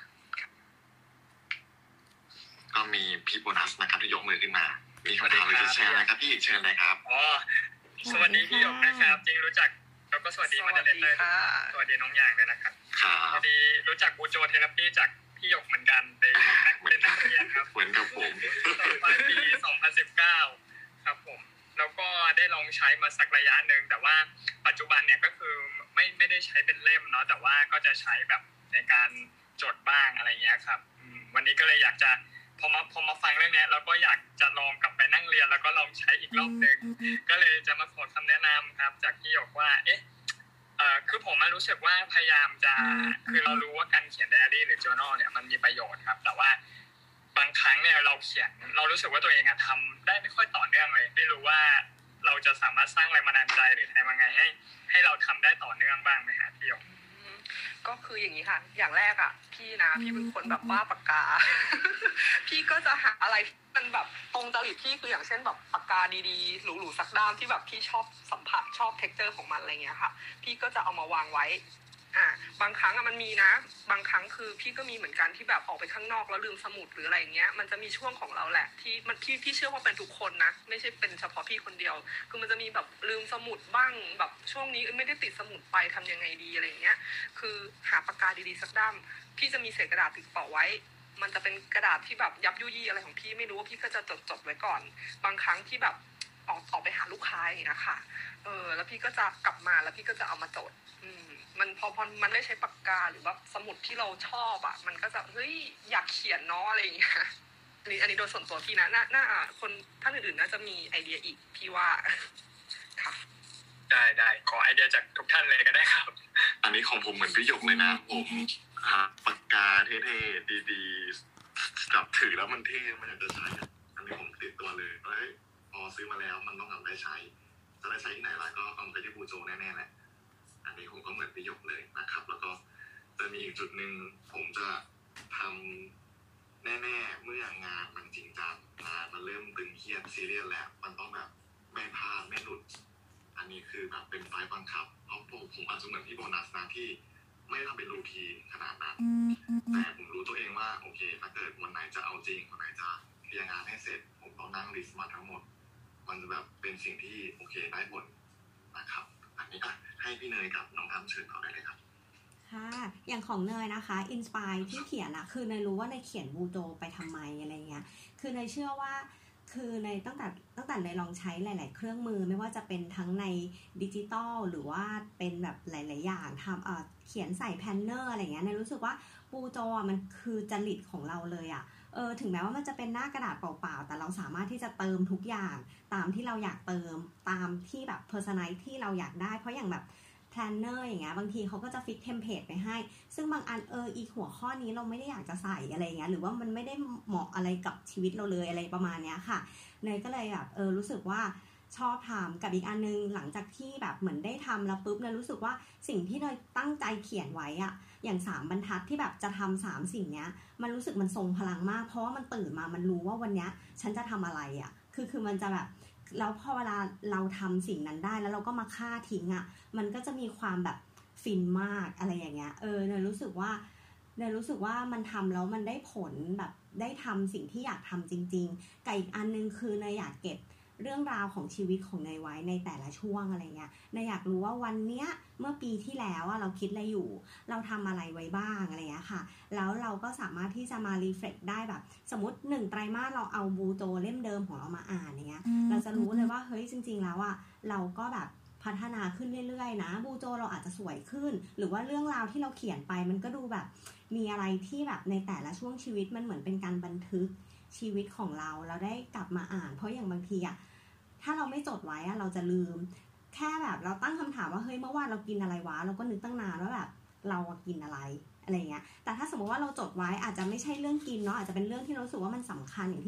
ก็มีพี่โบนัสนะครับที่ยกมือขึ้นมามีคำถามอะไรจะแชร์นะครับพี่เชิญเลยครับอ๋อสวัสดีพี่หยกนะครับจริงรู้จักแล้วก็สวัสดีมาเดเลนเลยสวัสดีน้องอย่างด้วยนะครับพอดีรู้จักบูโจเทอราปีจากพี่หยกเหมือนกันเป็นนักเป็นนักเรียนครับเหมือนกับผมปลายปีสองพันสิบเก้าครับผมแล้วก็ได้ลองใช้มาสักระยะนึงแต่ว่าปัจจุบันเนี่ยก็คือไม่ไม่ได้ใช้เป็นเล่มเนาะแต่ว่าก็จะใช้แบบในการจดบ้างอะไรเงี้ยครับวันนี้ก็เลยอยากจะพอมาพอมาฟังเรื่องนี้เราก็อยากจะลองกลับไปนั่งเรียนแล้วก็ลองใช้อีกรอบนึงก็เลยจะมาขอคำแนะนำครับจากพี่หยกว่าเอ๊ะเอ่อคือผมรู้สึกว่าพยายามจะคือเรารู้ว่าการเขียนไดอารี่หรือ journal เนี่ยมันมีประโยชน์ครับแต่ว่าบางครั้งเนี่ยเราเขียนเรารู้สึกว่าตัวเองอะทำได้ไม่ค่อยต่อเนื่องเลยไม่รู้ว่าเราจะสามารถสร้างแรงบันดาลใจหรือทำยังไงให้ให้เราทำได้ต่อเนื่องบ้างไหมฮะพี่หยกก็คืออย่างนี้ค่ะอย่างแรกอ่ะพี่นะพี่เป็นคนแบบบ้าปากกา พี่ก็จะหาอะไรมันแบบตรงจริตพี่คืออย่างเช่นแบบปากกาดีๆหรูๆสักด้ามที่แบบพี่ชอบสัมผัสชอบเท็กเจอร์ของมันอะไรเงี้ยค่ะพี่ก็จะเอามาวางไว้อ่าบางครั้งอะมันมีนะบางครั้งคือพี่ก็มีเหมือนกันที่แบบออกไปข้างนอกแล้วลืมสมุดหรืออะไรเงี้ยมันจะมีช่วงของเราแหละที่มันพี่พี่เชื่อว่าเป็นทุกคนนะไม่ใช่เป็นเฉพาะพี่คนเดียวคือมันจะมีแบบลืมสมุดบ้างแบบช่วงนี้ไม่ได้ติดสมุดไปทำยังไงดีอะไรเงี้ยคือหาปากกาดีๆสักด้ามพี่จะมีเศษกระดาษติดต่อไว้มันจะเป็นกระดาษที่แบบยับยุยี่อะไรของพี่ไม่รู้ว่าพี่ก็จะจดจดไว้ก่อนบางครั้งที่แบบออกออกไปหาลูกค้าอย่างเงี้ยค่ะเออแล้วพี่ก็จะกลับมาแล้วพี่ก็จะเอามาจดอืมมันพอพอมันได้ใช้ปากกาหรือว่าสมุดที่เราชอบอ่ะมันก็จะเฮ้ยอยากเขียนเนาะอะไรอย่างเงี้ยอันนี้อันนี้โดยส่วนตัวพี่นะน่าน่าคนท่านอื่นๆน่าจะมีไอเดียอีกพี่ว่าค่ะได้ได้ขอไอเดียจากทุกท่านเลยก็ได้ครับอันนี้ของผมเหมือนพี่หยกเลยนะผมหาปากกาเท่ๆดีๆกับถือแล้วมันเท่มันอยากจะใช้อันนี้ผมติดตัวเลยเฮ้ยพอซื้อมาแล้วมันต้องทำได้ใช้จะได้ใช้ที่ไหนล่ะก็เอาไปที่บูโจแน่ๆแหละอันนี้ผมก็เหมือนพี่หยกเลยนะครับแล้วก็จะมีอีกจุดหนึ่งผมจะทำแน่ๆเมื่องานมันจริงจังงานมันเริ่มตึงเครียดซีเรียสแล้วมันต้องแบบไม่พลาดไม่หลุดอันนี้คือแบบเป็นไฟบังคับเพราะผมผมอาจจะเหมือนพี่โบนัสนะที่ไม่ทำเป็นรูทีนขนาดนั้นแต่ผมรู้ตัวเองว่าโอเคถ้าเกิดวันไหนจะเอาจริงวันไหนจะเคลียร์งานให้เสร็จผมต้องนั่งลิสต์มาทั้งหมดมันจะแบบเป็นสิ่งที่โอเคได้ผลนะครับอันนี้อ่ะให้พี่เนยกับน้องอ้ำเชิญต่อได้เลยครับค่ะอย่างของเนยนะคะอินสไปร์ที่เขียนอะคือเนยรู้ว่าเนยเขียนบูโจไปทำไมอะไรเงี้ยคือเนยเชื่อว่าคือในตั้งแต่ตั้งแต่เนยลองใช้หลายๆเครื่องมือไม่ว่าจะเป็นทั้งในดิจิตอลหรือว่าเป็นแบบหลายๆอย่างทำเอ่อเขียนใส่แพนเนอร์อะไรเงี้ยเนยรู้สึกว่าบูโจมันคือจริตของเราเลยอะเออถึงแม้ว่ามันจะเป็นหน้ากระดาษเปล่าๆแต่เราสามารถที่จะเติมทุกอย่างตามที่เราอยากเติมตามที่แบบ personalize ที่เราอยากได้เพราะอย่างแบบplanner อย่างเงี้ยบางทีเขาก็จะฟิกเทมเพลตไปให้ซึ่งบางอันเอออีหัวข้อนี้เราไม่ได้อยากจะใส่อะไรเงี้ยหรือว่ามันไม่ได้เหมาะอะไรกับชีวิตเราเลยอะไรประมาณเนี้ยค่ะเนยก็เลยแบบเออรู้สึกว่าชอบทำกับอีกอันนึงหลังจากที่แบบเหมือนได้ทำแล้วปุ๊บเนยรู้สึกว่าสิ่งที่เนยตั้งใจเขียนไว้อะอย่างสามบรรทัดที่แบบจะทำสามสิ่งเนี้ยมันรู้สึกมันทรงพลังมากเพราะว่ามันตื่นมามันรู้ว่าวันเนี้ยฉันจะทำอะไรอะคือคือมันจะแบบแล้วพอเวลาเราทำสิ่งนั้นได้แล้วเราก็มาฆ่าทิ้งอ่ะมันก็จะมีความแบบฟินมากอะไรอย่างเงี้ยเออเนยรู้สึกว่าเนยรู้สึกว่ามันทำแล้วมันได้ผลแบบได้ทำสิ่งที่อยากทำจริงๆกับอีกอันนึงคือเนยอยากเก็บเรื่องราวของชีวิตของเนยไว้ในแต่ละช่วงอะไรเงี้ยเนยอยากรู้ว่าวันเนี้ยเมื่อปีที่แล้วอะเราคิดอะไรอยู่เราทำอะไรไว้บ้างอะไรเงี้ยค่ะแล้วเราก็สามารถที่จะมารีเฟล็กได้แบบสมมติหนึ่งไตรมาสเราเอาบูโจเล่มเดิมของเรามาอ่านอย่างเงี้ยเราจะรู้เลยว่าเฮ้ยจริงๆแล้วอะเราก็แบบพัฒนาขึ้นเรื่อยๆนะบูโจเราอาจจะสวยขึ้นหรือว่าเรื่องราวที่เราเขียนไปมันก็ดูแบบมีอะไรที่แบบในแต่ละช่วงชีวิตมันเหมือนเป็นการบันทึกชีวิตของเราเราได้กลับมาอ่านเพราะอย่างบางทีอะถ้าเราไม่จดไว้อะเราจะลืมแค่แบบเราตั้งคำถามว่าเฮ้ยเมื่อวานเรากินอะไรวะเราก็นึกตั้งนานว่าแบบเรากินอะไรอะไรเงี้ยแต่ถ้าสมมติว่าเราจดไว้อาจจะไม่ใช่เรื่องกินเนาะอาจจะเป็นเรื่องที่เรารู้สึกว่ามันสำคัญอย่างที่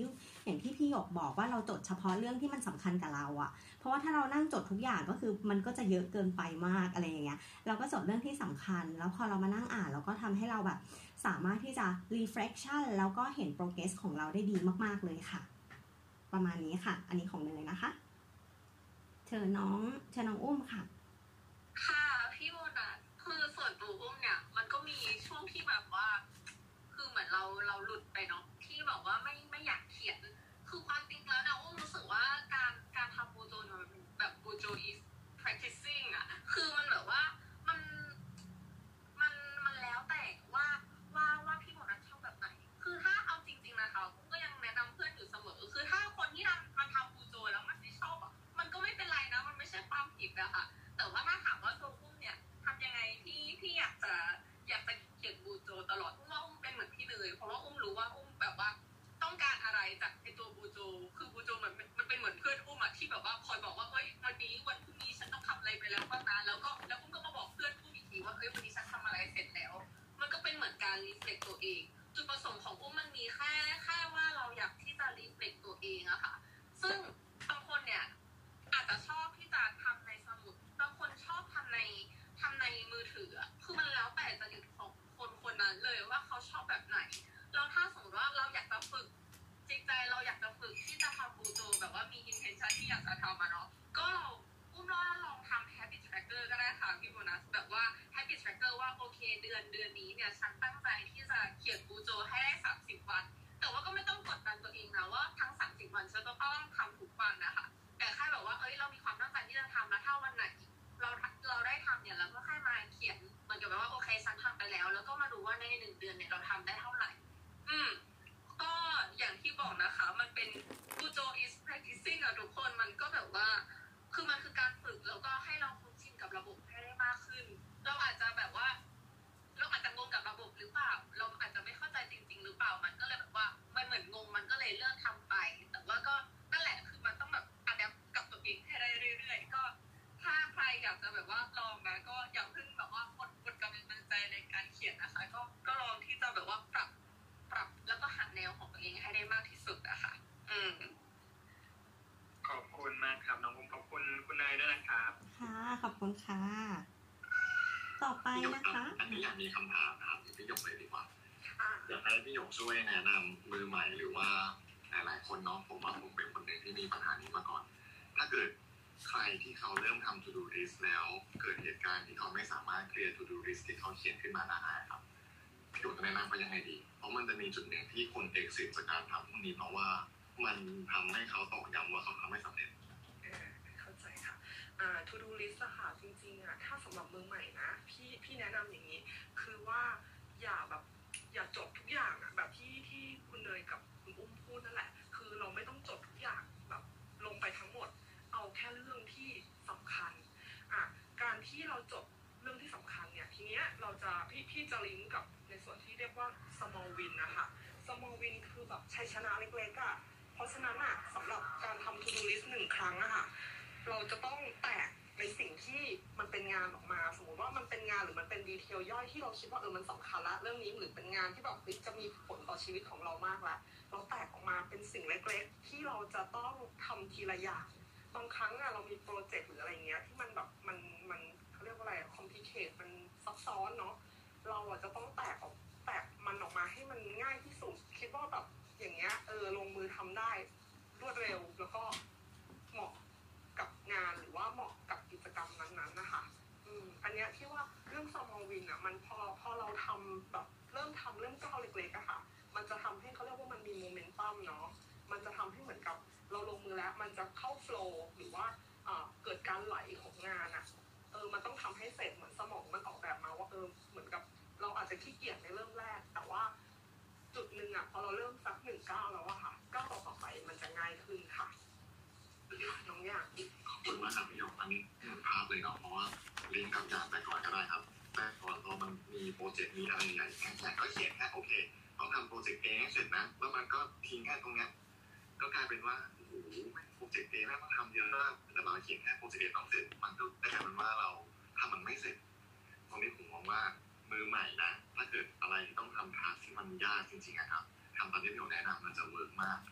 อย่างที่พี่หยกบอกว่าเราจดเฉพาะเรื่องที่มันสำคัญกับเราอะเพราะว่าถ้าเรานั่งจดทุกอย่างก็คือมันก็จะเยอะเกินไปมากอะไรอย่างเงี้ยเราก็จดเรื่องที่สำคัญแล้วพอเรามานั่งอ่านเราก็ทำให้เราแบบสามารถที่จะ reflection แล้วก็เห็น progress ของเราได้ดีมากๆเลยค่ะประมาณนี้ค่ะอันนี้ของเนยนะคะเชิญน้องเชิญน้องอุ้มค่ะค่ะพี่โบนัสคือส่วนตัวอุ้มเนี่ยมันก็มีช่วงที่แบบว่าคือเหมือนเราเราหลุดไปเนาะที่แบบว่าไม่ไม่อยากเขียนคือความจริงแล้วนะอุ้มรู้สึกว่าการการทำบูโจเนี่ยมันแบบบูโจ is practicing อ่ะคือมันแบบว่ามันมันมันแล้วแต่ว่าว่าว่าพี่โบนัสชอบแบบไหนคือถ้าเอาจริงๆนะคะอุ้มก็ยังแนะนำเพื่อนอยู่เสมอคือถ้าคนที่ทำมันทำบูโจแล้วมันไม่ชอบอ่ะมันก็ไม่เป็นไรนะมันไม่ใช่ความผิดอะค่ะแต่ว่าถ้าถามว่าตัวอุ้มเนี่ยทำยังไงที่ที่อยากจะอยากจะเขียนบูโจตลอดอุ้มว่าอุ้มเป็นเหมือนพี่เลยเพราะว่าอุ้มรู้ว่าอุ้มแบบว่าต้องการอะไรจากไอตัวบูโจคือบูโจมันมันเป็นเหมือนเพื่อนอุ้มอะที่แบบว่าคอยบอกว่าเฮ้ยวันนี้วันพรุ่งนี้ฉันต้องทำอะไรไปแล้วบ้างนะแล้วก็แล้วอุ้มก็มาบอกเพื่อนอุ้มอีกทีว่าเฮ้ยวันนี้ฉันทำอะไรเสร็จแล้วมันก็เป็นเหมือนการรีเฟล็กตัวเองจุดประสงค์ของอุ้มมันมีแค่แค่ว่าเราอยากที่จะรีเฟล็กตัวเองอะค่ะซึ่งบางคนเนี่ยอาจจะชอบที่จะทำในสมุดบางคนชอบทำในทำในมือถืออะคือมันแล้วแต่จริตของคนคนนั้นเลยว่าเขาชอบแบบไหนแล้วถ้าสมมติว่าเราอยากจะฝึกจิตใจเราอยากจะฝึกที่จะทำบูโจแบบว่ามี intention ที่อยากจะทำอะเนาะก็เราอุ้มว่าลองทำ habit tracker ก็ได้ค่ะพี่โบนัสแบบว่า habit tracker ว่าโอเคเดือนเดือนนี้เนี่ยฉันตั้งใจที่จะเขียนบูโจให้ได้สามสิบวันแต่ว่าก็ไม่ต้องกดดันตัวเองนะว่าทั้งสามสิบวันฉันต้องทำทุกวันนะคะแต่แค่แบบว่าเอ้ยเรามีความตั้งใจที่จะทำแล้วถ้าวันไหนเราเราได้ทำเนี่ยเราก็แค่มาเขียนเหมือนกับว่าโอเคฉันทำไปแล้วแล้วก็มาดูว่าในหนึ่งเดือนเนี่ยเราทำได้เท่าไหร่อืมก็อย่างที่บอกนะคะมันเป็นบูโจ is practicing อะทุกคนมันก็แบบว่าคือมันคือการฝึกแล้วก็ให้เราคุ้นชินกับระบบให้ได้มากขึ้นเราอาจจะแบบว่าเราอาจจะงงกับระบบหรือเปล่าเราอาจจะไม่เข้าใจจริงๆหรือเปล่ามันก็เลยแบบว่ามันเหมือนงงมันก็เลยเลิกทำไปแต่ว่าก็นั่นแหละคือมันต้องแบบอัดแอปกับตัวเองให้ได้เรื่อยๆก็ถ้าใครอยากจะแบบว่าลองนะก็อย่าเพิ่งแบบว่าหมดหมดกำลังใจในการเขียนนะคะก็ก็ลองที่จะแบบว่าปรับปรับแล้วก็หาแนวของตัวเองให้ได้มากที่สุดอะค่ะอืมขอบคุณมากครับน้องอุ้มขอบคุณคุณเนยด้วยนะครับค่ะขอบคุณค่ะต่อไปนะคะอันนี้อยากมีคำถามถามพี่หยกเลยดีกว่าอยากให้พี่หยกช่วยแนะนำมือใหม่หรือว่าหลายๆคนเนาะผมว่าผมเป็นคนหนึ่งที่มีปัญหานี้มาก่อนถ้าเกิดใครที่เขาเริ่มทำ to do list แล้วเกิดเหตุการณ์ที่เขาไม่สามารถเคลียร์ to do list ที่เขาเขียนขึ้นมาได้ครับพี่หยกจะแนะนำว่ายังไงดีเพราะมันจะมีจุดหนึ่งที่คนเอกสิทธิ์จากการทำพวกนี้เพราะว่ามันทำให้เขาตอกย้ำว่าเขาทำไม่สำเร็จเข้าใจค่ะอ่า to do list อะค่ะจริงๆอะถ้าสำหรับมือใหม่นะพี่พี่แนะนำอย่างนี้คือว่าอย่าแบบอย่าจดทุกอย่างอะแบบที่ที่คุณเนยกับคุณอุ้มพูดนั่นแหละคือเราไม่ต้องจดทุกอย่างแบบลงไปทั้งหมดเอาแค่เรื่องที่สำคัญอ่ะการที่เราจดเรื่องที่สำคัญเนี่ยทีเนี้ยเราจะพี่พี่จะลิงก์กับในส่วนที่เรียกว่า small win นะคะ small win คือแบบชัยชนะเล็กๆอะเพราะฉะนั้นอะสำหรับการทำ to do list หนึ่งครั้งอะค่ะเราจะต้องแตกในสิ่งที่มันเป็นงานออกมาสมมติว่ามันเป็นงานหรือมันเป็นดีเทลย่อยที่เราคิดว่าเออมันสำคัญละเรื่องนี้หรือเป็นงานที่แบบจะมีผลต่อชีวิตของเรามากละเราแตกออกมาเป็นสิ่งเล็กๆที่เราจะต้องทำทีละอย่างบางครั้งอะเรามีโปรเจกต์หรืออะไรเงี้ยที่มันแบบมันมันเขาเรียกว่าอะไรคอมพลีเคทมันซับซ้อนเนาะเราอะจะต้องแตกออกแตกมันออกมาให้มันง่ายที่สุดคิดว่าแบบอย่างเงี้ยเออลงมือทำได้รวดเร็วแล้วก็เหมาะกับงานหรือว่าเหมาะกับกิจกรรมนั้นๆนะคะอืมอันเนี้ยที่ว่าเรื่อง small win อ่ะมันพอพอเราทำแบบเริ่มทำเริ่มก้าวเล็กๆอะค่ะมันจะทำให้เขาเรียกว่ามันมีโมเมนตัมเนาะมันจะทำให้เหมือนกับเราลงมือแล้วมันจะเข้าโฟลว์หรือว่าอ่าเกิดการไหลของงานอะเออมันต้องทำให้เสร็จเหมือนสมองมันออกแบบมาว่าเออเหมือนกับเราอาจจะขี้เกียจในเริ่มแรกแต่ว่าจุดหนึ่งอะพอเราเริ่มสักหนึ่งก้าวแล้วอะค่ะก้าวต่อๆไปมันจะง่ายขึ้นค่ะน้องอยากขอบคุณมากครับพี่หยกอันนี้เห็นภาพเลยเนาะเพราะว่าลิงก์กับอย่างแต่ก่อนก็ได้ครับแต่ก่อนพอมันมีโปรเจกต์มีอะไรใหญ่แค่ก็เขียนแค่โอเคเราทำโปรเจกต์เอให้เสร็จนะแล้วมันก็ทิ้งแค่ตรงเนี้ยก็กลายเป็นว่าโอ้โหโปรเจกต์เอแม่งต้องทำเยอะมากแต่เราเขียนแค่โปรเจกต์เอต้องเสร็จมันก็กลายเป็นว่าเราทำมันไม่เสร็จตรงนี้ผมมองว่ามือใหม่นะถ้าเกิดอะไรที่ต้องทำทาสที่มันยากจริงๆนะครับทำตามที่พี่หยกแนะนำมันจะเวิร์กมาก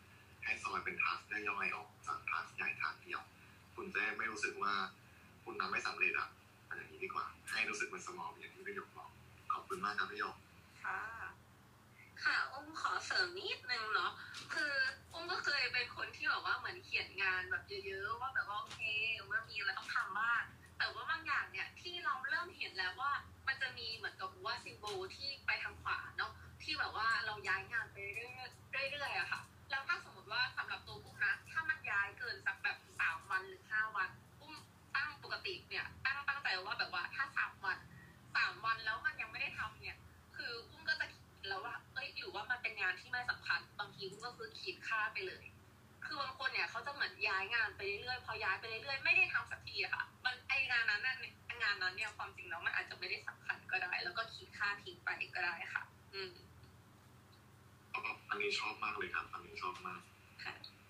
ให้ซอยเป็นทัสย่อยๆออกจากทัสใหญ่ทัสเดียวคุณจะไม่รู้สึกว่าคุณทำไม่สำเร็จอ่ะอะไรอย่างนี้ดีกว่าให้รู้สึกมันสมองอย่างที่พี่หยกบอกขอบคุณมากครับพี่หยกค่ะค่ะอุ้มขอเสริมนิดนึงเนาะคืออุ้มก็เคยเป็นคนที่แบบว่าเหมือนเขียนงานแบบเยอะๆว่าแบบว่าโอเคมันมีอะไรต้องทำบ้างแต่ว่าบางอย่างเนี่ยที่เราเริ่มเห็นแล้วว่ามันจะมีเหมือนกับว่าซิมโบลที่ไปทางขวาเนาะที่แบบว่าเราย้ายงานไปเรื่อยๆอะค่ะแล้วถ้าสมมติว่าสำหรับตัวอุ้มนะถ้ามันย้ายเกินสักแบบสามวันหรือห้าวันอุ้มตั้งปกติเนี่ยตั้งตั้งใจว่าแบบว่าถ้าสามวันสามวันแล้วมันยังไม่ได้ทำเนี่ยคืออุ้มก็จะคิดแล้วว่าเอ้ยหรือว่ามันเป็นงานที่ไม่สำคัญบางทีอุ้มก็คือขีดค่าไปเลยคือบางคนเนี่ยเขาจะเหมือนย้ายงานไปเรื่อยๆพอย้ายไปเรื่อยๆไม่ได้ทำสักทีอะค่ะมันไองานนั้นน่ะงานนั้นเนี่ยความจริงแล้วมันอาจจะไม่ได้สำคัญก็ได้แล้วก็ขีดค่าทิ้งไปก็ได้ค่ะอืมอันนี้ชอบมากเลยครับอันนี้ชอบมากค่ะ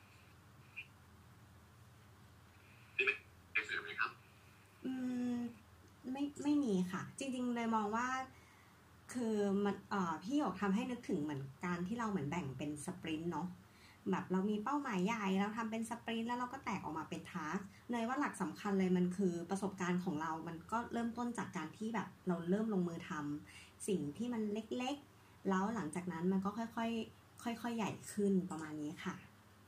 พี่เมย์ได้เสริมไหมครับอืมไม่ไม่มีค่ะจริงๆเลยมองว่าคือมันเอ่อพี่หยกทำให้นึกถึงเหมือนการที่เราเหมือนแบ่งเป็นสปรินต์เนาะแบบเรามีเป้าหมายใหญ่เราทำเป็นสปรินต์แล้วเราก็แตกออกมาเป็นทาสเลยว่าหลักสำคัญเลยมันคือประสบการณ์ของเรามันก็เริ่มต้นจากการที่แบบเราเริ่มลงมือทำสิ่งที่มันเล็กๆแล้วหลังจากนั้นมันก็ค่อยๆค่อยๆใหญ่ขึ้นประมาณนี้ค่ะ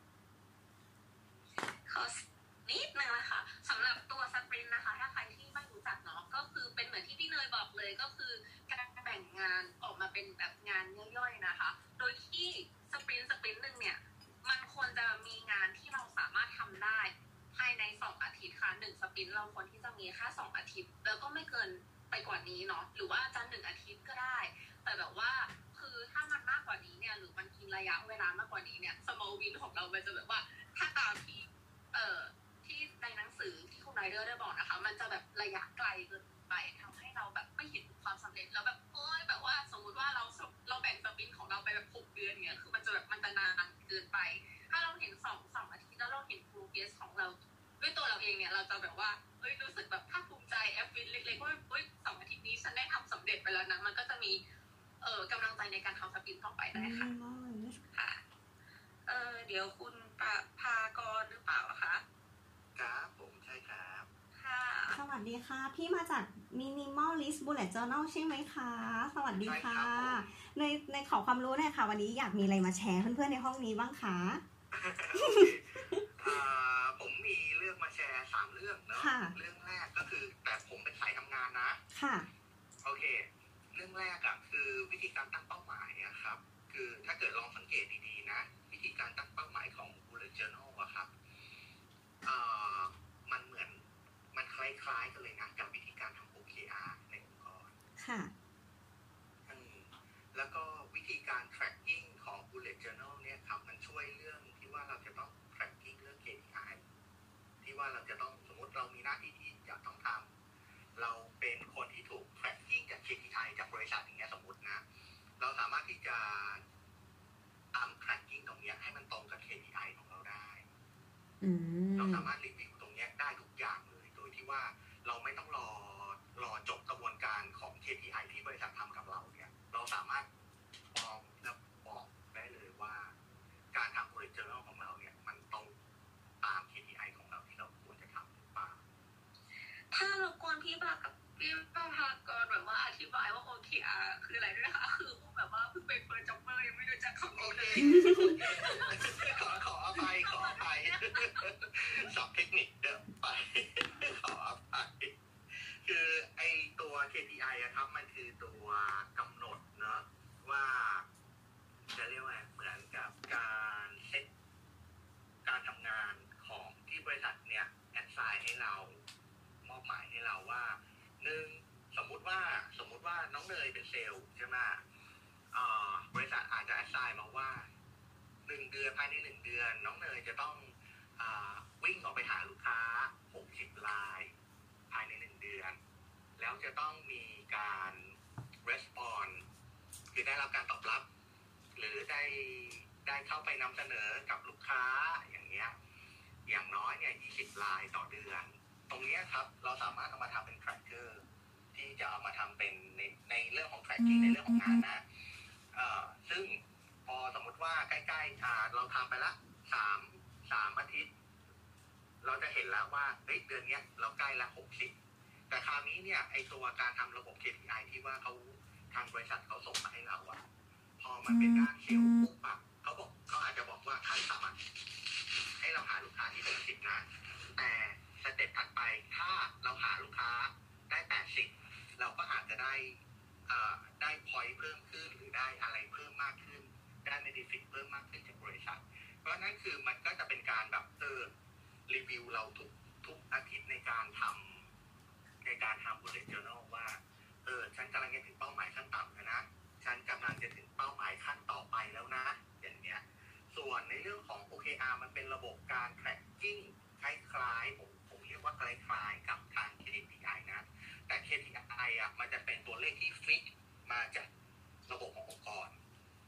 ขอนิดนึงนะคะสำหรับตัวสปรินต์นะคะถ้าใครที่ไม่รู้จักเนาะก็คือเป็นเหมือนที่พี่เนยบอกเลยก็คือการแบ่งงานออกมาเป็นแบบงานย่อยๆนะคะโดยที่สปรินต์สปรินต์นึงเนี่ยมันควรจะมีงานที่เราสามารถทำได้ภายในสองอาทิตย์ค่ะหนึ่งสปรินต์เราควรที่จะมีแค่สองอาทิตย์แล้วก็ไม่เกินไปกว่านี้เนาะหรือว่าจะหนึ่งอาทิตย์ก็ได้แต่แบบว่าคือถ้ามันมากกว่านี้เนี่ยหรือมันกินระยะเวลามากกว่านี้เนี่ย small win ของเรามันจะแบบว่าถ้าตามที่เอ่อที่ในหนังสือที่คุณไรเดอร์ได้บอกนะคะมันจะแบบระยะไกลเกินไปทำให้เราแบบไม่เห็นความสำเร็จแล้วแบบโอ๊ยแบบว่าสมมุติว่าเราเราแบ่งสปรินต์ของเราไปแบบหกเดือนเงี้ยคือมันจะแบบมันจะนานเกินไปถ้าเราเห็นสองสองอาทิตย์แล้วเราเห็น progress ของเราด้วยตัวเราเองเนี่ยเราจะแบบว่าเอ้ยรู้สึกแบบภาคภูมิใจแอฟฟินเล็กๆว่าเอ้ยสองอาทิตย์นี้ฉันได้ทำสำเร็จไปแล้วนะมันก็จะมีเอ่อกำลังใจในการทำสปรินต์ต่อไปได้ค่ะค่ะเออเดี๋ยวคุณปะพากรหรือเปล่าคะครับผมใช่ครับค่ะสวัสดีค่ะพี่มาจาก Minimalist Bullet Journal ใช่ไหมคะสวัสดีค่ะในในขอความรู้หน่อยค่ะวันนี้อยากมีอะไรมาแชร์เพื่อนๆในห้องนี้บ้างคะผมมีเรื่องมาแชร์สามเรื่องเนาะเรื่องแรกก็คือแต่ผมเป็นสายทำงานนะค่ะโอเคเรื่องแรกอะคือวิธีการตั้งเป้าหมายอะครับคือถ้าเกิดลองสังเกตดีๆนะวิธีการตั้งเป้าหมายของ Bullet Journal อะครับเอ่อมันเหมือนมันคล้ายๆกันเลยนะกับวิธีการทำ โอ เค อาร์ ในองค์กรค่ะแล้วก็วิธีการ tracking ของ Bullet Journal เนี่ยครับมันช่วยเรื่องที่ว่าเราจะต้อง tracking เรื่อง เค พี ไอ ที่ว่าเราจะต้องสมมติเรามีหน้าที่ที่จะต้องทำเราเป็นคนที่ถูก tracking จาก เค พี ไอ จากบริษัทอย่างเงี้ยสมมตินะเราสามารถที่จะทำ tracking ตรงนี้ให้มันตรงกับ เค พี ไอ ของเราได้เราสามารถรีวิวตรงนี้ได้ทุกอย่างเลยโดยที่ว่าเราไม่ต้องรอรอจบกระบวนการของ เค พี ไอ ที่บริษัททำกับเราเนี่ยเราสามารถมองและบอกได้เลยว่าการทำ Bullet Journal ของเราเนี่ยมันตรงตาม เค พี ไอ ของเราที่เราควรจะทำหรือเปล่าถ้ารบกวนพี่บากับพี่ป้าพากรแบบว่าอธิบายว่า โอ เค อาร์ คืออะไรด้วยนะคะคือแบบว่าเพิ่งเป็นเฟิร์สจ็อบเบอร์ยังไม่รู้จักคำนี้เลยขอขออภัยขออภัยสอบเทคนิคเดิมไปขออภัยคือไอตัว เค พี ไอ อะครับมันคือตัวกำหนดเนาะว่าจะเรียกว่าเหมือนกับการเซตการทำงานของที่บริษัทเนี่ยแอดไซน์ให้เรามอบหมายให้เราว่าหนึ่งสมมุติว่าสมมุติว่าน้องเนยเป็นเซลล์ใช่ไหมอ่าบริษัทอาจจะแอดไซน์มาว่าหนึ่งเดือนภายในหนึ่งเดือนน้องเนยจะต้องอ่าวิ่งออกไปหาลูกค้าหกสิบรายภายในหนึ่งเดือนแล้วจะต้องมีการ response คือได้รับการตอบรับหรือได้ได้เข้าไปนำเสนอกับลูกค้าอย่างเงี้ยอย่างน้อยเนี่ยยี่สิบรายต่อเดือนตรงนี้ครับเราสามารถเอามาทำเป็น tracker ที่จะเอามาทำเป็นในในเรื่องของ tracking ในเรื่องของงานนะเอ่อซึ่งพอสมมติว่าใกล้ๆอ่าเราทำไปละสามสามอาทิตย์เราจะเห็นแล้วว่าเฮ้ยเดือนนี้เราใกล้ละหกสิบแต่คราวนี้เนี่ยไอตัวการทำระบบ เค พี ไอ ที่ว่าเขาทางบริษัทเขาส่งมาให้เราอะพอมันเป็นด้านเซลล์ปุ๊บอะเขาบอกเขาอาจจะบอกว่าขั้นต่ำอะให้เราหาลูกค้าที่หกสิบนะแต่สเต็ปถัดไปถ้าเราหาลูกค้าได้แปดสิบเราก็อาจจะได้เอ่อได้พอยต์เพิ่มขึ้นหรือได้อะไรเพิ่มมากขึ้นได้เบเนฟิตเพิ่มมากขึ้นจากบริษัทเพราะนั้นคือมันก็จะเป็นการแบบเออรีวิวเราทุกทุกอาทิตย์ในการทำในการทำ bullet journal ว่าเออฉันกำลังจะถึงเป้าหมายขั้นต่ำแล้วนะฉันกำลังจะถึงเป้าหมายขั้นต่อไปแล้วนะอย่างเนี้ยส่วนในเรื่องของ โอ เค อาร์ มันเป็นระบบการ tracking คล้ายๆผมผมเรียกว่าคล้ายๆกับทาง เค พี ไอ นะแต่ เค พี ไอ อ่ะมันจะเป็นตัวเลขที่ฟิกมาจากระบบขององค์กร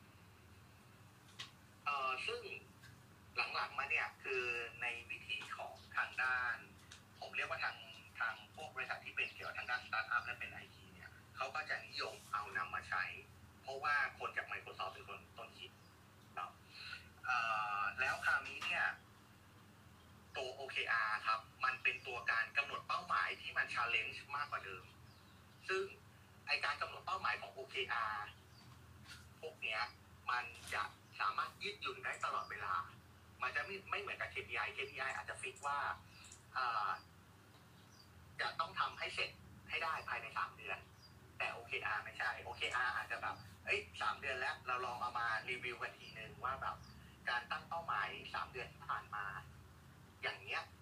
เอ่อซึ่งหลังๆมาเนี่ยคือในวิธีของทางด้านผมเรียกว่าทางทางพวกบริษัทที่เป็นเกี่ยวกับทางด้านสตาร์ทอัพและเป็น ไอ ที เนี่ยเขาก็จะนิยมเอานำมาใช้เพราะว่าคนจาก Microsoft เป็นคนต้นคิดเนาะเอ่อแล้วคราวนี้เนี่ยตัว โอ เค อาร์ ครับมันเป็นตัวการกำหนดเป้าหมายที่มัน challenge มากกว่าเดิมซึ่งไอการกำหนดเป้าหมายของ โอ เค อาร์ พวกเนี้ยมันจะสามารถยืดหยุ่นได้ตลอดเวลามันจะไม่ไม่เหมือนกับ เค พี ไอ เค พี ไอ อาจจะฟิกว่าจะต้องทำให้เสร็จให้ได้ภายในสามเดือนแต่ โอ เค อาร์ ไม่ใช่ โอ เค อาร์ อาจจะแบบเอ้ยสามเดือนแล้วเราลองเอามารีวิวกันทีนึงว่าแบบการตั้งเป้าหมายสามเดือนที่ผ่านมาอย่างเนี้ย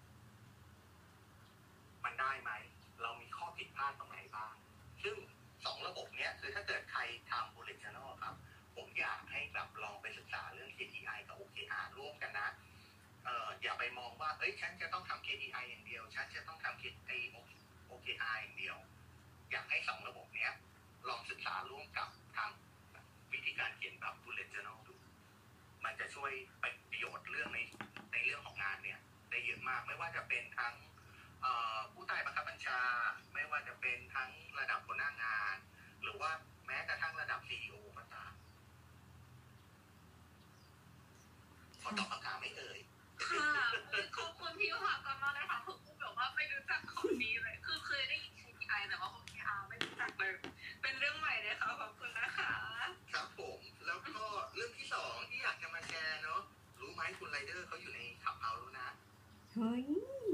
มันได้ไหมเรามีข้อผิดพลาดตรงไหนบ้างซึ่งสองระบบเนี้ยคือถ้าเกิดใครทำ bullet journal ครับผมอยากให้แบบลองไปศึกษาเรื่อง เค พี ไอ กับ โอ เค อาร์ ร่วมกันนะเอ่ออย่าไปมองว่าเอ้ยฉันจะต้องทำ เค พี ไอ อย่างเดียวฉันจะต้องทำ โอ เค อาร์ อย่างเดียวอยากให้สองระบบเนี้ยลองศึกษาร่วมกับทางวิธีการเขียนแบบ bullet journal ดูมันจะช่วยเป็นประโยชน์เรื่องในในเรื่องของงานเนี่ยได้เยอะมากไม่ว่าจะเป็นทั้งผู้ใต้บังคับบัญชาไม่ว่าจะเป็นทั้งระดับหัวหน้างานหรือว่าแม้กระทั่งระดับ ซี อี โอ ก็ตามขอตอบคำถามไม่เอ่ยค่ะขอบคุณพี่ค่ะก่อนมาเลยค่ะผมพูดแบบว่าไม่รู้จักของนี้เลยคือเคยได้ยิน เค พี ไอ แต่ว่า โอ เค อาร์ ไม่รู้จักเลยเป็นเรื่องใหม่เลยค่ะขอบคุณนะคะครับผมแล้วก็เรื่องที่สองที่อยากจะมาแชร์เนาะรู้ไหมคุณไรเดอร์เขาอยู่ในขับเฮาส์แล้วนะเฮ้ย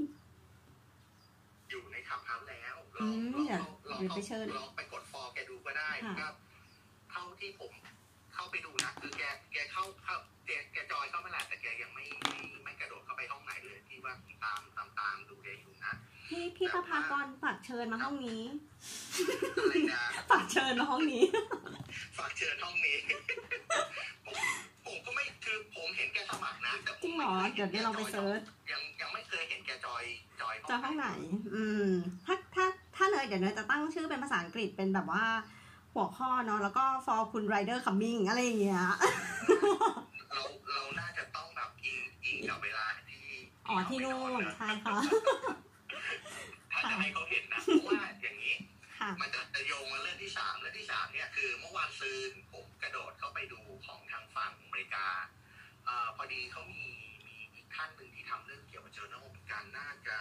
อยู่ในขับเฮาส์แล้วลองลองลองไปเชิญลองไปกดฟอลแกดูก็ได้ครับเท่าที่ผมเข้าไปดูนะคือแกแกเข้าเข้าแกแกจอยเข้ามาแล้วแต่แกยังไม่ไม่ไม่กระโดดเข้าไปห้องไหนเลยที่ว่าตามตามตามดูแกอยู่นะพี่พี่ประภากรฝากเชิญมาห้องนี้อะไรนะฝากเชิญมาห้องนี้ฝากเชิญห้องนี้ผมผมก็ไม่คือผมเห็นแกสมัครนะแต่จริงเหรอเดี๋ยวได้ลองไปเซิร์ชยังยังไม่เคยเห็นแกจอยจอยจอยห้องไหนอืมถ้าถ้าถ้าเลยเดี๋ยวเนยจะตั้งชื่อเป็นภาษาอังกฤษเป็นแบบว่าหัวข้อเนาะแล้วก็ for คุณ rider coming อะไรอย่างเงี้ยเราเราน่าจะต้องแบบอิงอิงกับเวลาที่อ๋อที่นู่นใช่ค่ะถ้าจะให้เขาเห็นนะเพราะว่าอย่างนี้มันจะจะโยงมาเรื่องที่สามเรื่องที่สามเนี่ยคือเมื่อวานซืนผมกระโดดเข้าไปดูของทางฝั่งอเมริกาเอ่อพอดีเขามีมีอีกท่านหนึ่งที่ทำเรื่องเกี่ยวกับ journal เหมือนกันน่าจะ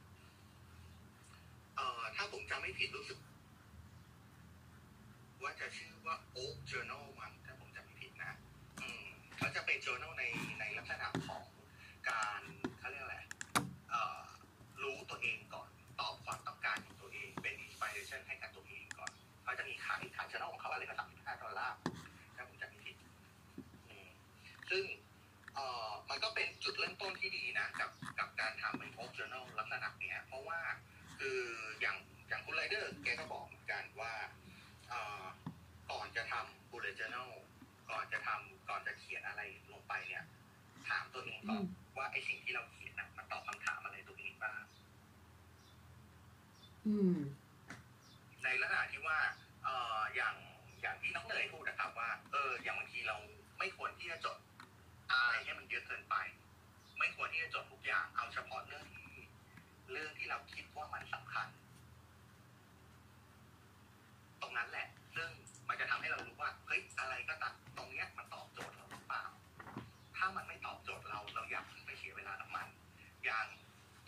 เอ่อถ้าผมจำไม่ผิดรู้สึกว่าจะชื่อว่า Oak Journal มั้งถ้าผมจำไม่ผิดนะอืมเขาจะเป็น journal ในในลักษณะของการเขาเรียกอะไรเอ่อรู้ตัวเองก่อนตอบความต้องการของตัวเองเป็น inspiration ให้กับตัวเองก่อนเขาจะมีขายขาย journal ของเขาอะไรก็สามสิบห้าดอลลาร์ถ้าผมจำไม่ผิดอืมซึ่งเอ่อมันก็เป็นจุดเริ่มต้นที่ดีนะกับกับการทำเป็น Oak Journal ลักษณะเนี้ยเพราะว่าคืออย่างอย่างคุณไรเดอร์แกก็บอกเหมือนกันว่าก่อนจะทำ bullet journal ก่อนจะทำก่อนจะเขียนอะไรลงไปเนี่ยถามตัวเองก่อนว่าไอสิ่งที่เราเขียนนะมันตอบคำถามอะไรตัวเองบ้างในลักษณะที่ว่าเอ่ออย่างอย่างที่น้องเนยพูดนะครับว่าเอออย่างบางทีเราไม่ควรที่จะจดอะไรให้มันเยอะเกินไปไม่ควรที่จะจดทุกอย่างเอาเฉพาะเรื่องที่เรื่องที่เราคิดว่ามันสำคัญตรงนั้นแหละซึ่งมันจะทำให้เรารู้ว่าเฮ้ยอะไรก็ตามตรงเนี้ยมันตอบโจทย์เราหรือเปล่าถ้ามันไม่ตอบโจทย์เราเราอยาก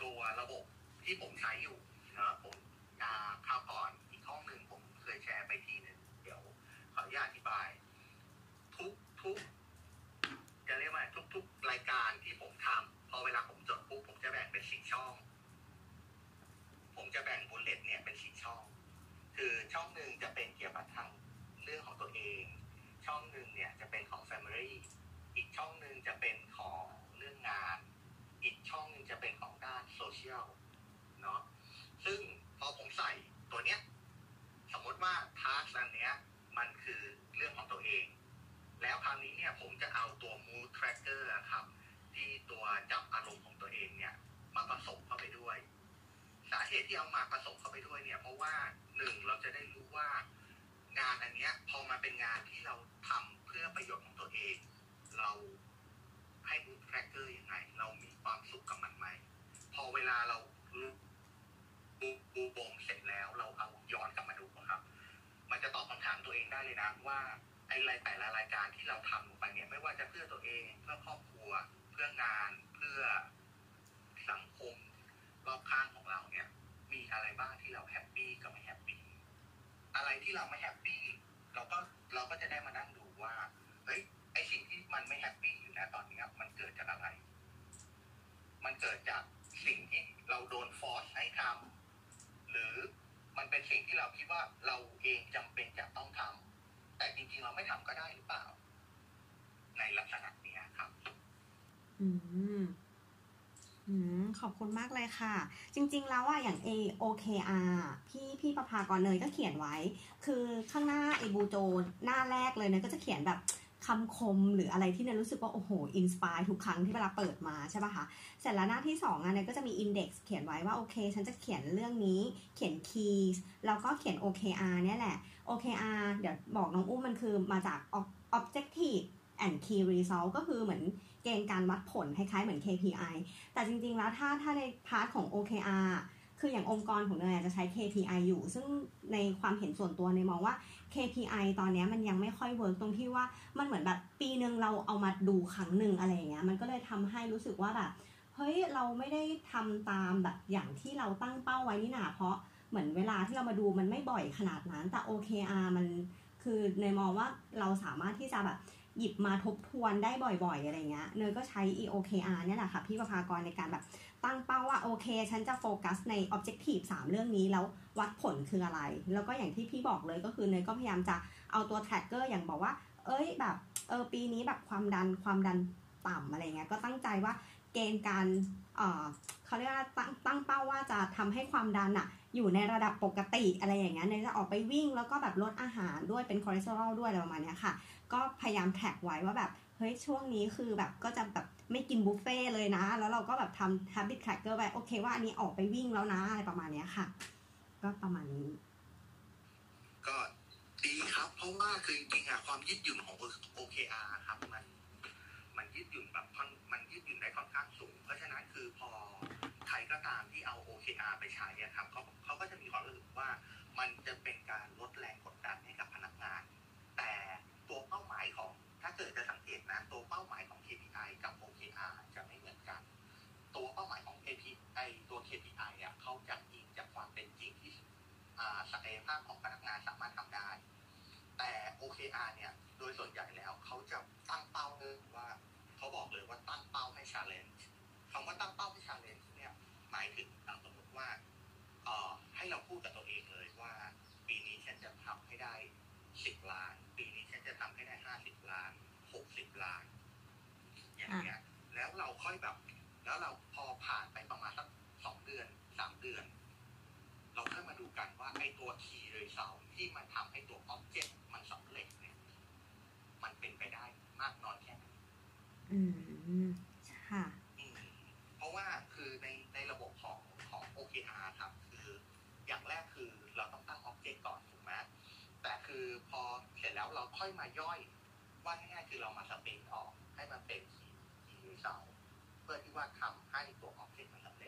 ตัวระบบที่ผมใช้อยู่นะผมอ่าคราวก่อนอีกห้องหนึ่งผมเคยแชร์ไปทีนึงเดี๋ยวขออนุญาตอธิบายทุกทุกจะเรียกว่าทุกทุกรายการที่ผมทำพอเวลาผมจดปุ๊บผมจะแบ่งเป็นสี่ช่องผมจะแบ่งบุลเลตเนี่ยเป็นสี่ช่องคือช่องหนึ่งจะเป็นเกี่ยวกับทางเรื่องของตัวเองช่องหนึ่งเนี่ยจะเป็นของ Family อีกช่องหนึ่งจะเป็นของเรื่องงานอีกช่องหนึ่งจะเป็นของด้านโซเชียลเนาะซึ่งพอผมใส่ตัวเนี้ยสมมติว่าทาร์กอันเนี้ยมันคือเรื่องของตัวเองแล้วคราวนี้เนี่ยผมจะเอาตัว Mood Tracker ครับที่ตัวจับอารมณ์ของตัวเองเนี่ยมาผสมเข้าไปด้วยสาเหตุที่เอามาผสมเข้าไปด้วยเนี่ยเพราะว่าหนึ่งเราจะได้รู้ว่างานอันเนี้ยพอมาเป็นงานที่เราทำเพื่อประโยชน์ของตัวเองเราให้ Mood Tracker ยังไงเรามีความสุขกับมันไหมพอเวลาเราปูปูบงเสร็จแล้วเราเอาย้อนกลับมาดูครับมันจะตอบคำถามตัวเองได้เลยนะว่าไอ้รายแต่ละรายการที่เราทำลงไปเนี่ยไม่ว่าจะเพื่อตัวเองเพื่อครอบครัวเพื่องานเพื่อสังคมรอบข้างของเราเนี่ยมีอะไรบ้างที่เราแฮปปี้กับไม่แฮปปี้อะไรที่เราไม่แฮปปี้เราก็เราก็จะได้มานั่งดูว่าเฮ้ยไอ้สิ่งที่มันไม่แฮปปี้อยู่นะตอนนี้มันเกิดจากอะไรมันเกิดจากสิ่งที่เราโดนฟอร์สให้ทำหรือมันเป็นสิ่งที่เราคิดว่าเราเองจำเป็นจะต้องทำแต่จริงๆเราไม่ทำก็ได้หรือเปล่าในลักษณะนี้ครับอืมอืมขอบคุณมากเลยค่ะจริงๆแล้วอ่ะอย่าง A โอ เค อาร์ พี่พี่ประภากรเนยก็เขียนไว้คือข้างหน้าไอ้บูโจหน้าแรกเลยเนี่ยก็จะเขียนแบบคำคมหรืออะไรที่เนี่ยรู้สึกว่าโอ้โหอินสปายทุกครั้งที่เวลาเปิดมาใช่ป่ะคะเสร็จแล้วหน้าที่สองอ่ะเนี่ยก็จะมีอินเด็กซ์เขียนไว้ว่าโอเคฉันจะเขียนเรื่องนี้เขียนคีย์แล้วก็เขียน โอ เค อาร์ เนี่ยแหละ โอ เค อาร์ เดี๋ยวบอกน้องอุ้มมันคือมาจาก Objective and Key Result ก็คือเหมือนเกณฑ์การวัดผลคล้ายๆเหมือน เค พี ไอ แต่จริงๆแล้วถ้าถ้าในพาร์ทของ โอ เค อาร์ คืออย่างองค์กรของเนยจะใช้ เค พี ไอ อยู่ซึ่งในความเห็นส่วนตัวเนยมองว่า เค พี ไอ ตอนนี้มันยังไม่ค่อยเวิร์กตรงที่ว่ามันเหมือนแบบปีนึงเราเอามาดูครั้งหนึ่งอะไรอย่างเงี้ยมันก็เลยทำให้รู้สึกว่าแบบเฮ้ยเราไม่ได้ทำตามแบบอย่างที่เราตั้งเป้าไว้นี่นาเพราะเหมือนเวลาที่เรามาดูมันไม่บ่อยขนาดนั้นแต่ โอ เค อาร์ มันคือเนยมองว่าเราสามารถที่จะแบบหยิบมาทบทวนได้บ่อยๆอะไรเงี้ยเนยก็ใช้ โอ เค อาร์ เนี่ยแหละค่ะพี่ประภากรในการแบบตั้งเป้าว่าโอเคฉันจะโฟกัสใน objective สามเรื่องนี้แล้ววัดผลคืออะไรแล้วก็อย่างที่พี่บอกเลยก็คือเนยก็พยายามจะเอาตัว tracker อย่างบอกว่าเอ้ยแบบเออปีนี้แบบความดันความดันต่ำอะไรเงี้ยก็ตั้งใจว่าเกณฑ์การเอ่อเขาเรียกว่าตั้งตั้งเป้าว่าจะทำให้ความดันอะอยู่ในระดับปกติอะไรอย่างเงี้ยเนยจะออกไปวิ่งแล้วก็แบบลดอาหารด้วยเป็นคอเลสเตอรอลด้วยอะไรประมาณเนี้ยค่ะก็พยายามแท็กไว้ว่าแบบเฮ้ยช่วงนี้คือแบบก็จะแบบไม่กินบุฟเฟ่เลยนะแล้วเราก็แบบทำ habit tracker ไว้โอเคว่าอันนี้ออกไปวิ่งแล้วนะอะไรประมาณเนี้ยค่ะก็ประมาณนี้ก็ดีครับเพราะว่าคือจริงๆอะความยืดหยุ่นของ โอ เค อาร์ ครับมันมันยืดหยุ่นแบบมันยืดหยุ่นได้ค่อนข้างสูงเพราะฉะนั้นคือพอใครก็ตามที่เอา โอ เค อาร์ ไปใช้อะครับเขาเขาก็จะมีความรู้สึกว่ามันจะเป็นการลดแรงกดดันให้กับพนักงานแต่ตัวเป้าหมายของถ้าเกิดจะสังเกตนะตัวเป้าหมายของ เค พี ไอ กับ โอ เค อาร์ จะไม่เหมือนกันตัวเป้าหมายของ เค พี ไอ ตัว เค พี ไอ อ่ะเขาจะอิงจากความเป็นจริงที่ศักยภาพของพนักงานสามารถทำได้แต่ โอ เค อาร์ เนี่ยโดยส่วนใหญ่แล้วเขาจะตั้งเป้าเลยว่าเขาบอกเลยว่าตั้งเป้าให้ challenge คำว่าตั้งเป้าให้ challenge เนี่ยหมายถึงสมมติว่าเอ่อให้เราพูดกับตัวเองเลยว่าปีนี้ฉันจะทำให้ได้สิบล้านปีนี้ฉันจะทำให้ได้ห้าสิบล้านหกสิบล้านอย่างเงี้ยแล้วเราค่อยแบบแล้วเราพอผ่านไปประมาณสักสองเดือนสามเดือนเราค่อยมาดูกันว่าไอ้ตัว key result ที่มันทำให้ตัว object มันสำเร็จเนี่ยมันเป็นไปได้มากน้อยแค่ไหนอืมค่ะเพราะว่าคือในในระบบของของ โอ เค อาร์ ครับคืออย่างแรกคือเราต้องตั้ง object ก่อนถูกไหมแต่คือพอเสร็จแล้วเราค่อยมาย่อยว่าง่ายๆคือเรามาสเปนออกให้มันเป็น key result เพื่อที่ว่าทำให้ตัว object มันสำเร็จ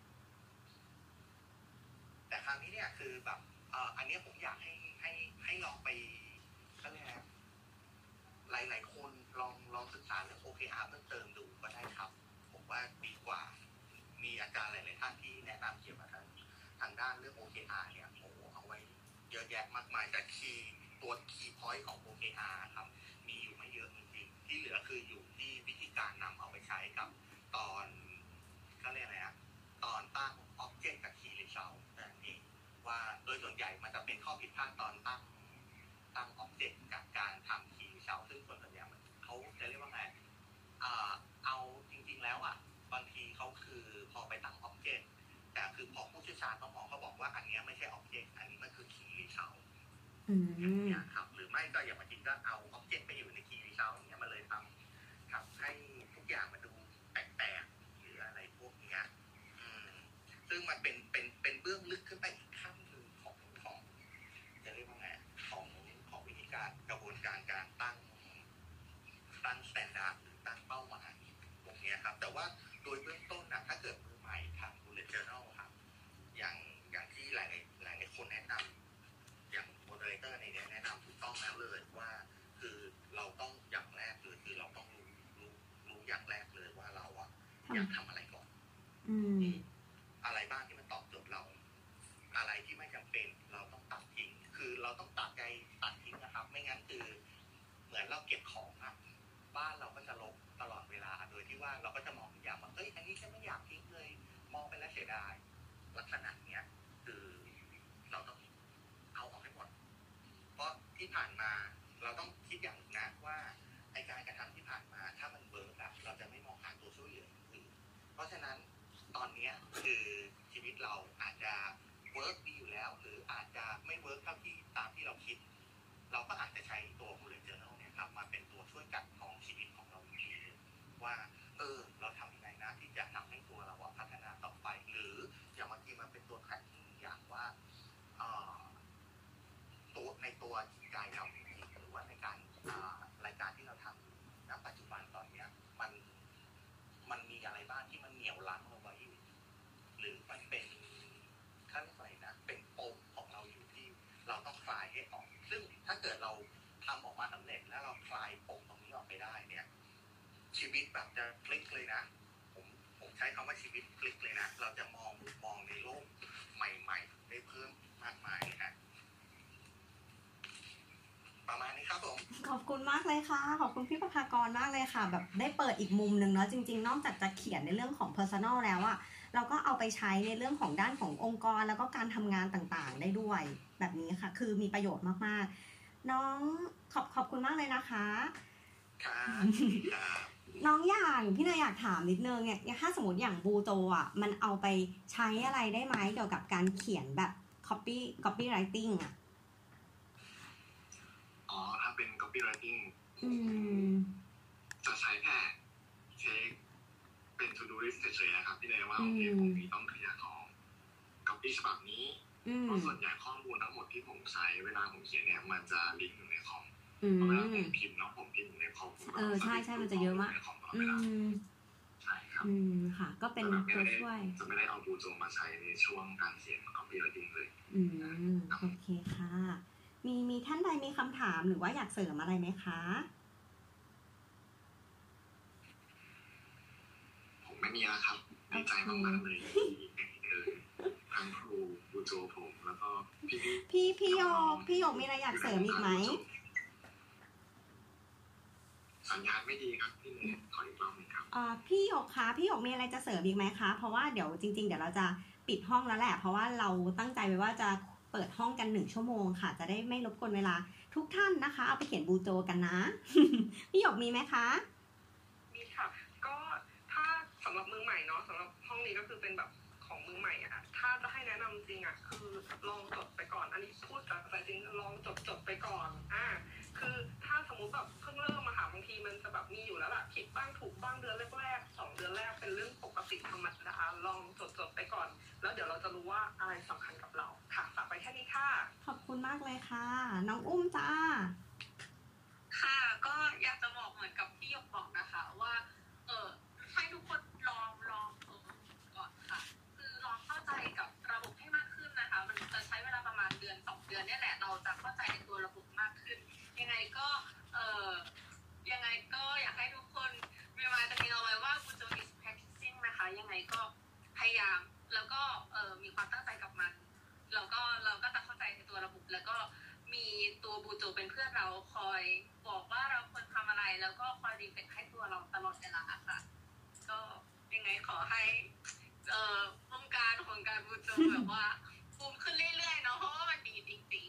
แต่ครั้งนี้เนี่ยคือแบบเอ่ออันนี้ผมอยากให้ให้ให้ลองไปก็เรียกหลายๆคนลองลองศึกษาเรื่อง โอ เค อาร์ เพิ่มเติมดูก็ได้ครับผมว่าดีกว่ามีอาอาจารย์หลายๆท่านที่แนะนำเกี่ยวกับทางทางด้านเรื่อง โอ เค อาร์ เนี่ยโอ้เอาไว้เยอะแยะมากมายแต่คีย์ตัวคีย์พอยต์ของ โอ เค อาร์ ครับมีอยู่ไม่เยอะจริงๆที่เหลือคืออยู่ที่วิธีการนำเอาไปใช้กับตอนก็เรียกอะไรอะตอนตั้ง object กับ key result นั่นเองว่าโดยส่วนใหญ่มันจะเป็นข้อผิดพลาดตอนตั้งตั้ง object กับการทำ key result ซึ่งส่วนใหญ่มันเขาจะเรียกว่าไงอ่าเอาจริงๆแล้วอ่ะบางทีเขาคือพอไปตั้ง object แต่คือพอผู้เชี่ยวชาญต้องมองเขาบอกว่าอันนี้ไม่ใช่ object อันนี้มันคือ key result อย่างเงี้ยครับหรือไม่ก็อย่างบางทีก็เอา object ไปอยู่ใน key result อย่างเงี้ยมันเลยทำทำให้ทุกอย่างมันดูแปลกๆหรืออะไรพวกเนี้ยซึ่งมันเป็นเป็นเป็นเบื้องลึกขึ้นไปอีกขั้นหนึ่งของของจะเรียกว่าไงของของวิธีการกระบวนการการตั้งตั้งสแตนดาร์ดหรือตั้งเป้าหมายพวกนี้ครับแต่ว่าโดยเบื้องต้นนะถ้าเกิดมือใหม่ทำ bullet journal ครับอย่างอย่างที่หลายหลายคนแนะนำอย่าง moderator ในนี้แนะนำถูกต้องแล้วเลยว่าคือเราต้องอย่างแรกเลยคือเราต้องรู้รู้รู้อย่างแรกเลยว่าเราอ่ะอยากทำอะไรก่อนอะไรบ้างที่มันตอบโจทย์เราอะไรที่ไม่จำเป็นเราต้องตัดทิ้งคือเราต้องตัดใจตัดทิ้งนะครับไม่งั้นคือเหมือนเราเก็บของอะบ้านเราก็จะรกตลอดเวลาโดยที่ว่าเราก็จะมองอย่างว่าเอ้ยอันนี้ฉันไม่อยากทิ้งเลยมองไปแล้วเสียดายลักษณะเนี้ยคือเราต้องเอาออกให้หมดเพราะที่ผ่านมาเราต้องคิดอย่างนะว่าไอ้การกระทำที่ผ่านมาถ้ามันเวิร์กอะเราจะไม่มองหาตัวช่วยเหลืออื่นเพราะฉะนั้นตอนนี้คือชีวิตเราอาจจะเวิร์กดีอยู่แล้วหรืออาจจะไม่เวิร์กเท่าที่ตามที่เราคิดเราก็อาจจะใช้ตัว bullet journal เนี่ยครับมาเป็นตัวช่วยกัดกรองชีวิตของเราอีกทีว่าเออเราทำยังไงนะที่จะทำให้ตัวเราพัฒนาต่อไปหรืออย่างบางทีมันเป็นตัว tracking อย่างว่าตัวในตัวจิตใจเราจริงๆหรือว่าในการรายการที่เราทำณปัจจุบันตอนนี้มันมันมีอะไรบ้างที่มันเหนี่ยวรั้งเราไว้อยู่หรือมันเป็นขั้นอะไรนะเป็นปมของเราอยู่ที่เราต้องคลายให้ออกซึ่งถ้าเกิดเราทำออกมาสำเร็จแล้วเราคลายปมตรงนี้ออกไปได้เนี่ยชีวิตแบบจะพลิกเลยนะผมผมใช้คำว่าชีวิตพลิกเลยนะเราจะมองมองในโลกใหม่ๆได้เพิ่มมากมายเลยนะประมาณนี้ครับผมขอบคุณมากเลยค่ะขอบคุณพี่ประภากรมากเลยค่ะแบบได้เปิดอีกมุมนึงเนาะจริงๆนอกจากจะเขียนในเรื่องของ personal แล้วอะเราก็เอาไปใช้ในเรื่องของด้านขององค์กรแล้วก็การทำงานต่างๆได้ด้วยแบบนี้ค่ะคือมีประโยชน์มากๆน้องขอบขอบคุณมากเลยนะคะครับน้องอย่างพี่เนยอยากถามนิดนึงเนี่ยถ้าสมมติอย่างบูโตอ่ะมันเอาไปใช้อะไรได้ไหมเกี่ยวกับการเขียนแบบ copy copywriting อ่ะอ๋อถ้าเป็น copywriting อืมจะใช้แค่เช็คเป็น to do list เฉยๆนะครับพี่เนยว่าโอเคผมมีต้องเคลียร์ของ copy ฉบับนี้เพราะส่วนใหญ่ข้อมูลทั้งหมดที่ผมใช้เวลาผมเขียนเนี่ยมันจะลิงก์อยู่ในคอมเวลาผมพิมพ์เนาะผมพิมพ์ในคอมเออใช่ใช่มันจะเยอะมากอืมใช่ครับอืมค่ะก็เป็นตัวช่วยจะไม่ได้เอาบูโจมาใช้ในช่วงการเขียน copywriting เลยอืมโอเคค่ะมีมีท่านใดมีคำถามหรือว่าอยากเสริมอะไรไหมคะผมไม่มีแล้วครับดีใจมากๆเลยที่ทั้งครูบูโจผมแล้วก็พี่พี่พี่โยกพี่โยกมีอะไรอยากเสริมอีกไหมสัญญาณไม่ดีครับพี่เนยขออีกรอบนึงครับอ่าพี่โยกคะพี่โยกมีอะไรจะเสริมอีกไหมคะเพราะว่าเดี๋ยวจริงๆเดี๋ยวเราจะปิดห้องแล้วแหละเพราะว่าเราตั้งใจไว้ว่าจะเปิดห้องกันหนึ่งชั่วโมงค่ะจะได้ไม่รบกวนเวลาทุกท่านนะคะเอาไปเขียนบูโจกันนะ พี่หยกมีไหมคะมีค่ะก็ถ้าสำหรับมือใหม่เนาะสำหรับห้องนี้ก็คือเป็นแบบของมือใหม่อะถ้าจะให้แนะนำจริงอะคือลองจดไปก่อนอันนี้พูดจากใจจริงลองจดจดไปก่อนอ่าคือถ้าสมมติแบบเพิ่งเริ่มมาหาบางทีมันจะแบบมีอยู่แล้วแหละผิดบ้างถูกบ้างเดือนแรกๆสองเดือนแรกเป็นเรื่องปกติธรรมดาลองจดจดไปก่อนแล้วเดี๋ยวเราจะรู้ว่าอะไรสำคัญกับเราค่ะฝากไปแค่นี้ค่ะขอบคุณมากเลยค่ะน้องอุ้มจ้าค่ะก็อยากจะบอกเหมือนกับที่หยกบอกนะคะว่าเออให้ทุกคนลองลองก่อนค่ะคือลองเข้าใจกับระบบให้มากขึ้นนะคะมันจะใช้เวลาประมาณเดือนสองเดือนนี่แหละเราจะเข้าใจในตัวระบบมากขึ้นยังไงก็เออยังไงก็อยากให้ทุกคนมีมาจะมีเอาไว้ว่าบูโจ is practicing นะคะยังไงก็พพยายามแล้วก็เออมีความตั้งใจกับมันแล้วก็เราก็จะเข้าใจในตัวระบบแล้วก็มีตัวบูโจเป็นเพื่อนเราคอยบอกว่าเราควรทำอะไรแล้วก็คอยรีเฟกให้ตัวเราตลอดเวลาค่ะก็ยังไงขอให้เอ่อวงการของการบูโจแบบว่าบูมขึ้นเรื่อยๆเนาะเพราะว่ามันดีจริง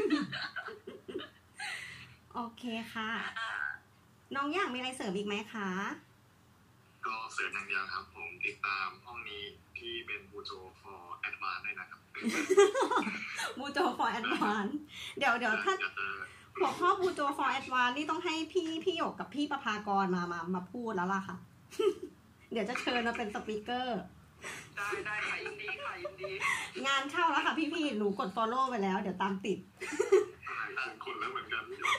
ๆโอเคค่ะน้องอยากมีอะไรเสริมอีกไหมคะก็เสริมอย่างเดียวครับผมติดตามห้องนี้ที่เป็นบูโจ for advance ด้วยนะครับบูโจ for advance เดี๋ยวเดี๋ยวถ้าหัวข้อบูโจ for advance นี่ต้องให้พี่พี่หยกกับพี่ประภากรมามามาพูดแล้วล่ะค่ะ เดี๋ยวจะเชิญมาเป็นสปีกเกอร์ได้ได้ค่ะยินดีค่ะยินดีงานเข้าแล้วค่ะพี่พี่หนูกด follow ไปแล้วเดี๋ยวตามติดคนแล้วเหมือนกัน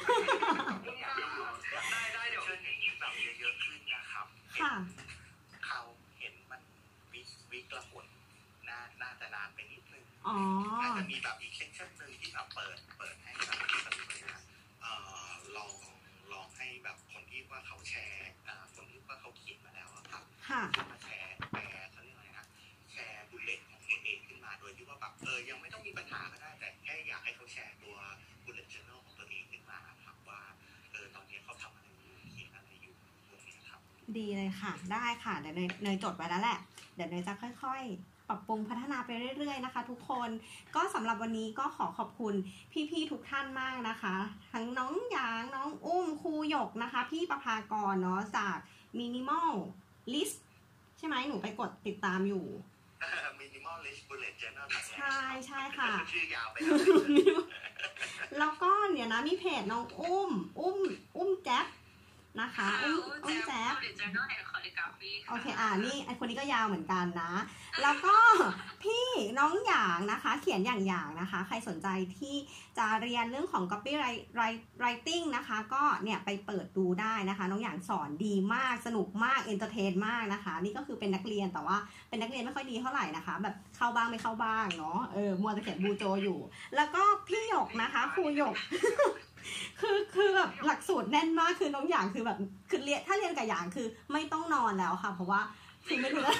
ได้ได้เดี๋ยวเชิญอย่างนี้แบบเยอะๆขึ้นนะครับค่ะเขาเห็นมันวิวิกละหนน่าน่าจะนานไปนิดนึงอ๋อน่าจะมีแบบอีกเซกชันนึงที่แบบเปิดเปิดให้แบบเอ่อลองลองให้แบบคนที่ว่าเขาแชร์อ่าคนที่ว่าเขาเขียนมาแล้วครับค่ะมาแชร์แชร์เขาเรียกอะไรนะแชร์บุลเลตของตัวเองขึ้นมาโดยที่ว่าแบบเออยังไม่ต้องมีปัญหาก็ได้แต่แค่อยากให้เขาแชร์ตัวบุลเลต journal ของตัวเองขึ้นมาครับว่าเออตอนนี้เขาทำอะไรอยู่เขียนอะไรอยู่พวกนี้ครับดีเลยค่ะได้ค่ะเดี๋ยวเนยเนยจดไว้แล้วแหละเดี๋ยวเนยจะค่อยๆปรับปรุงพัฒนาไปเรื่อยๆนะคะทุกคนก็สำหรับวันนี้ก็ขอขอบคุณพี่ๆทุกท่านมากนะคะทั้งน้องหยางน้องอุ้มครูหยกนะคะพี่ประภากรเนาะจาก Minimal List ใช่ไหมหนูไปกดติดตามอยู่ Minimal List Bullet Journal ใช่ใช่ค่ะชื่อยาวไปแล้วก็เนี่ยนะมีเพจน้องอุ้มอุ้มอุ้มแจ๊บนะคะอุ้มอุ้มแจ๊บโอเคอ่านี่ไอคนนี้ก็ยาวเหมือนกันนะแล้วก็พี่น้องหยางนะคะเขียนอย่างอย่างนะคะใครสนใจที่จะเรียนเรื่องของ copywriting นะคะก็เนี่ยไปเปิดดูได้นะคะน้องหยางสอนดีมากสนุกมากเอนเตอร์เทนมากนะคะนี่ก็คือเป็นนักเรียนแต่ว่าเป็นนักเรียนไม่ค่อยดีเท่าไหร่นะคะแบบเข้าบ้างไม่เข้าบ้างเนาะเออมัวแต่เขียนบูโจอยู่แล้วก็พี่หยกนะคะครูหยกคือคือแบบหลักสูตรแน่นมากคือน้องหยางคือแบบคือเรียนถ้าเรียนกับหยางคือไม่ต้องนอนแล้วค่ะเพราะว่าคือไม่รู้แล้ว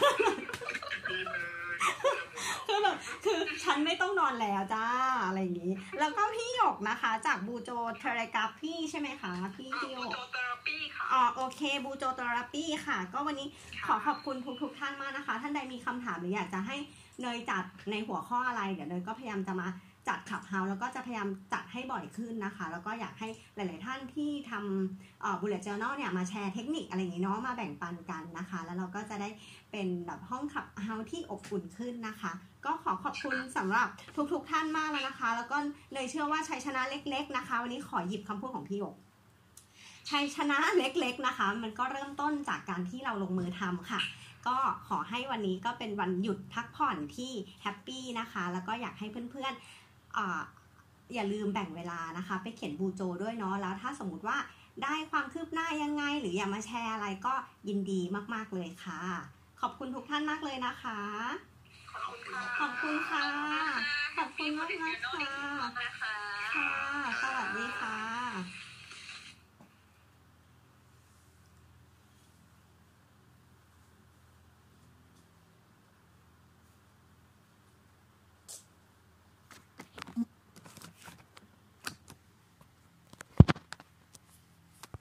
คือแบบคือฉันไม่ต้องนอนแล้วจ้าอะไรอย่างนี้แล้วก็พี่หยกนะคะจากบูโจเทอราปีใช่ไหมคะพี่พี่หยกบูโจเทอราปีค่ะอ๋อโอเคบูโจเทอราปีค่ะก็วันนี้ขอขอบคุณทุกทุกท่านมากนะคะท่านใดมีคำถามหรืออยากจะให้เนยจัดในหัวข้ออะไรเดี๋ยวเนยก็พยายามจะมาจัดขับเฮาแล้วก็จะพยายามจัดให้บ่อยขึ้นนะคะแล้วก็อยากให้หลายๆท่านที่ทำเอ่อ bullet journal เนี่ยมาแชร์เทคนิคอะไรอย่างนี้เนาะมาแบ่งปันกันนะคะแล้วเราก็จะได้เป็นแบบห้องขับเฮาที่อบอุ่นขึ้นนะคะก็ขอขอบคุณสำหรับทุกๆท่านมากแล้วนะคะแล้วก็เนยเชื่อว่าชัยชนะเล็กๆนะคะวันนี้ขอหยิบคำพูดของพี่หยกชัยชนะเล็กๆนะคะมันก็เริ่มต้นจากการที่เราลงมือทำค่ะก็ขอให้วันนี้ก็เป็นวันหยุดพักผ่อนที่แฮปปี้นะคะแล้วก็อยากให้เพื่อนๆอ่าอย่าลืมแบ่งเวลานะคะไปเขียนบูโจด้วยเนาะแล้วถ้าสมมุติว่าได้ความคืบหน้ายังไงหรืออยากมาแชร์อะไรก็ยินดีมากๆเลยค่ะขอบคุณทุกท่านมากเลยนะคะขอบคุณค่ะขอบคุณมากๆค่ะค่ะสวัสดีค่ะ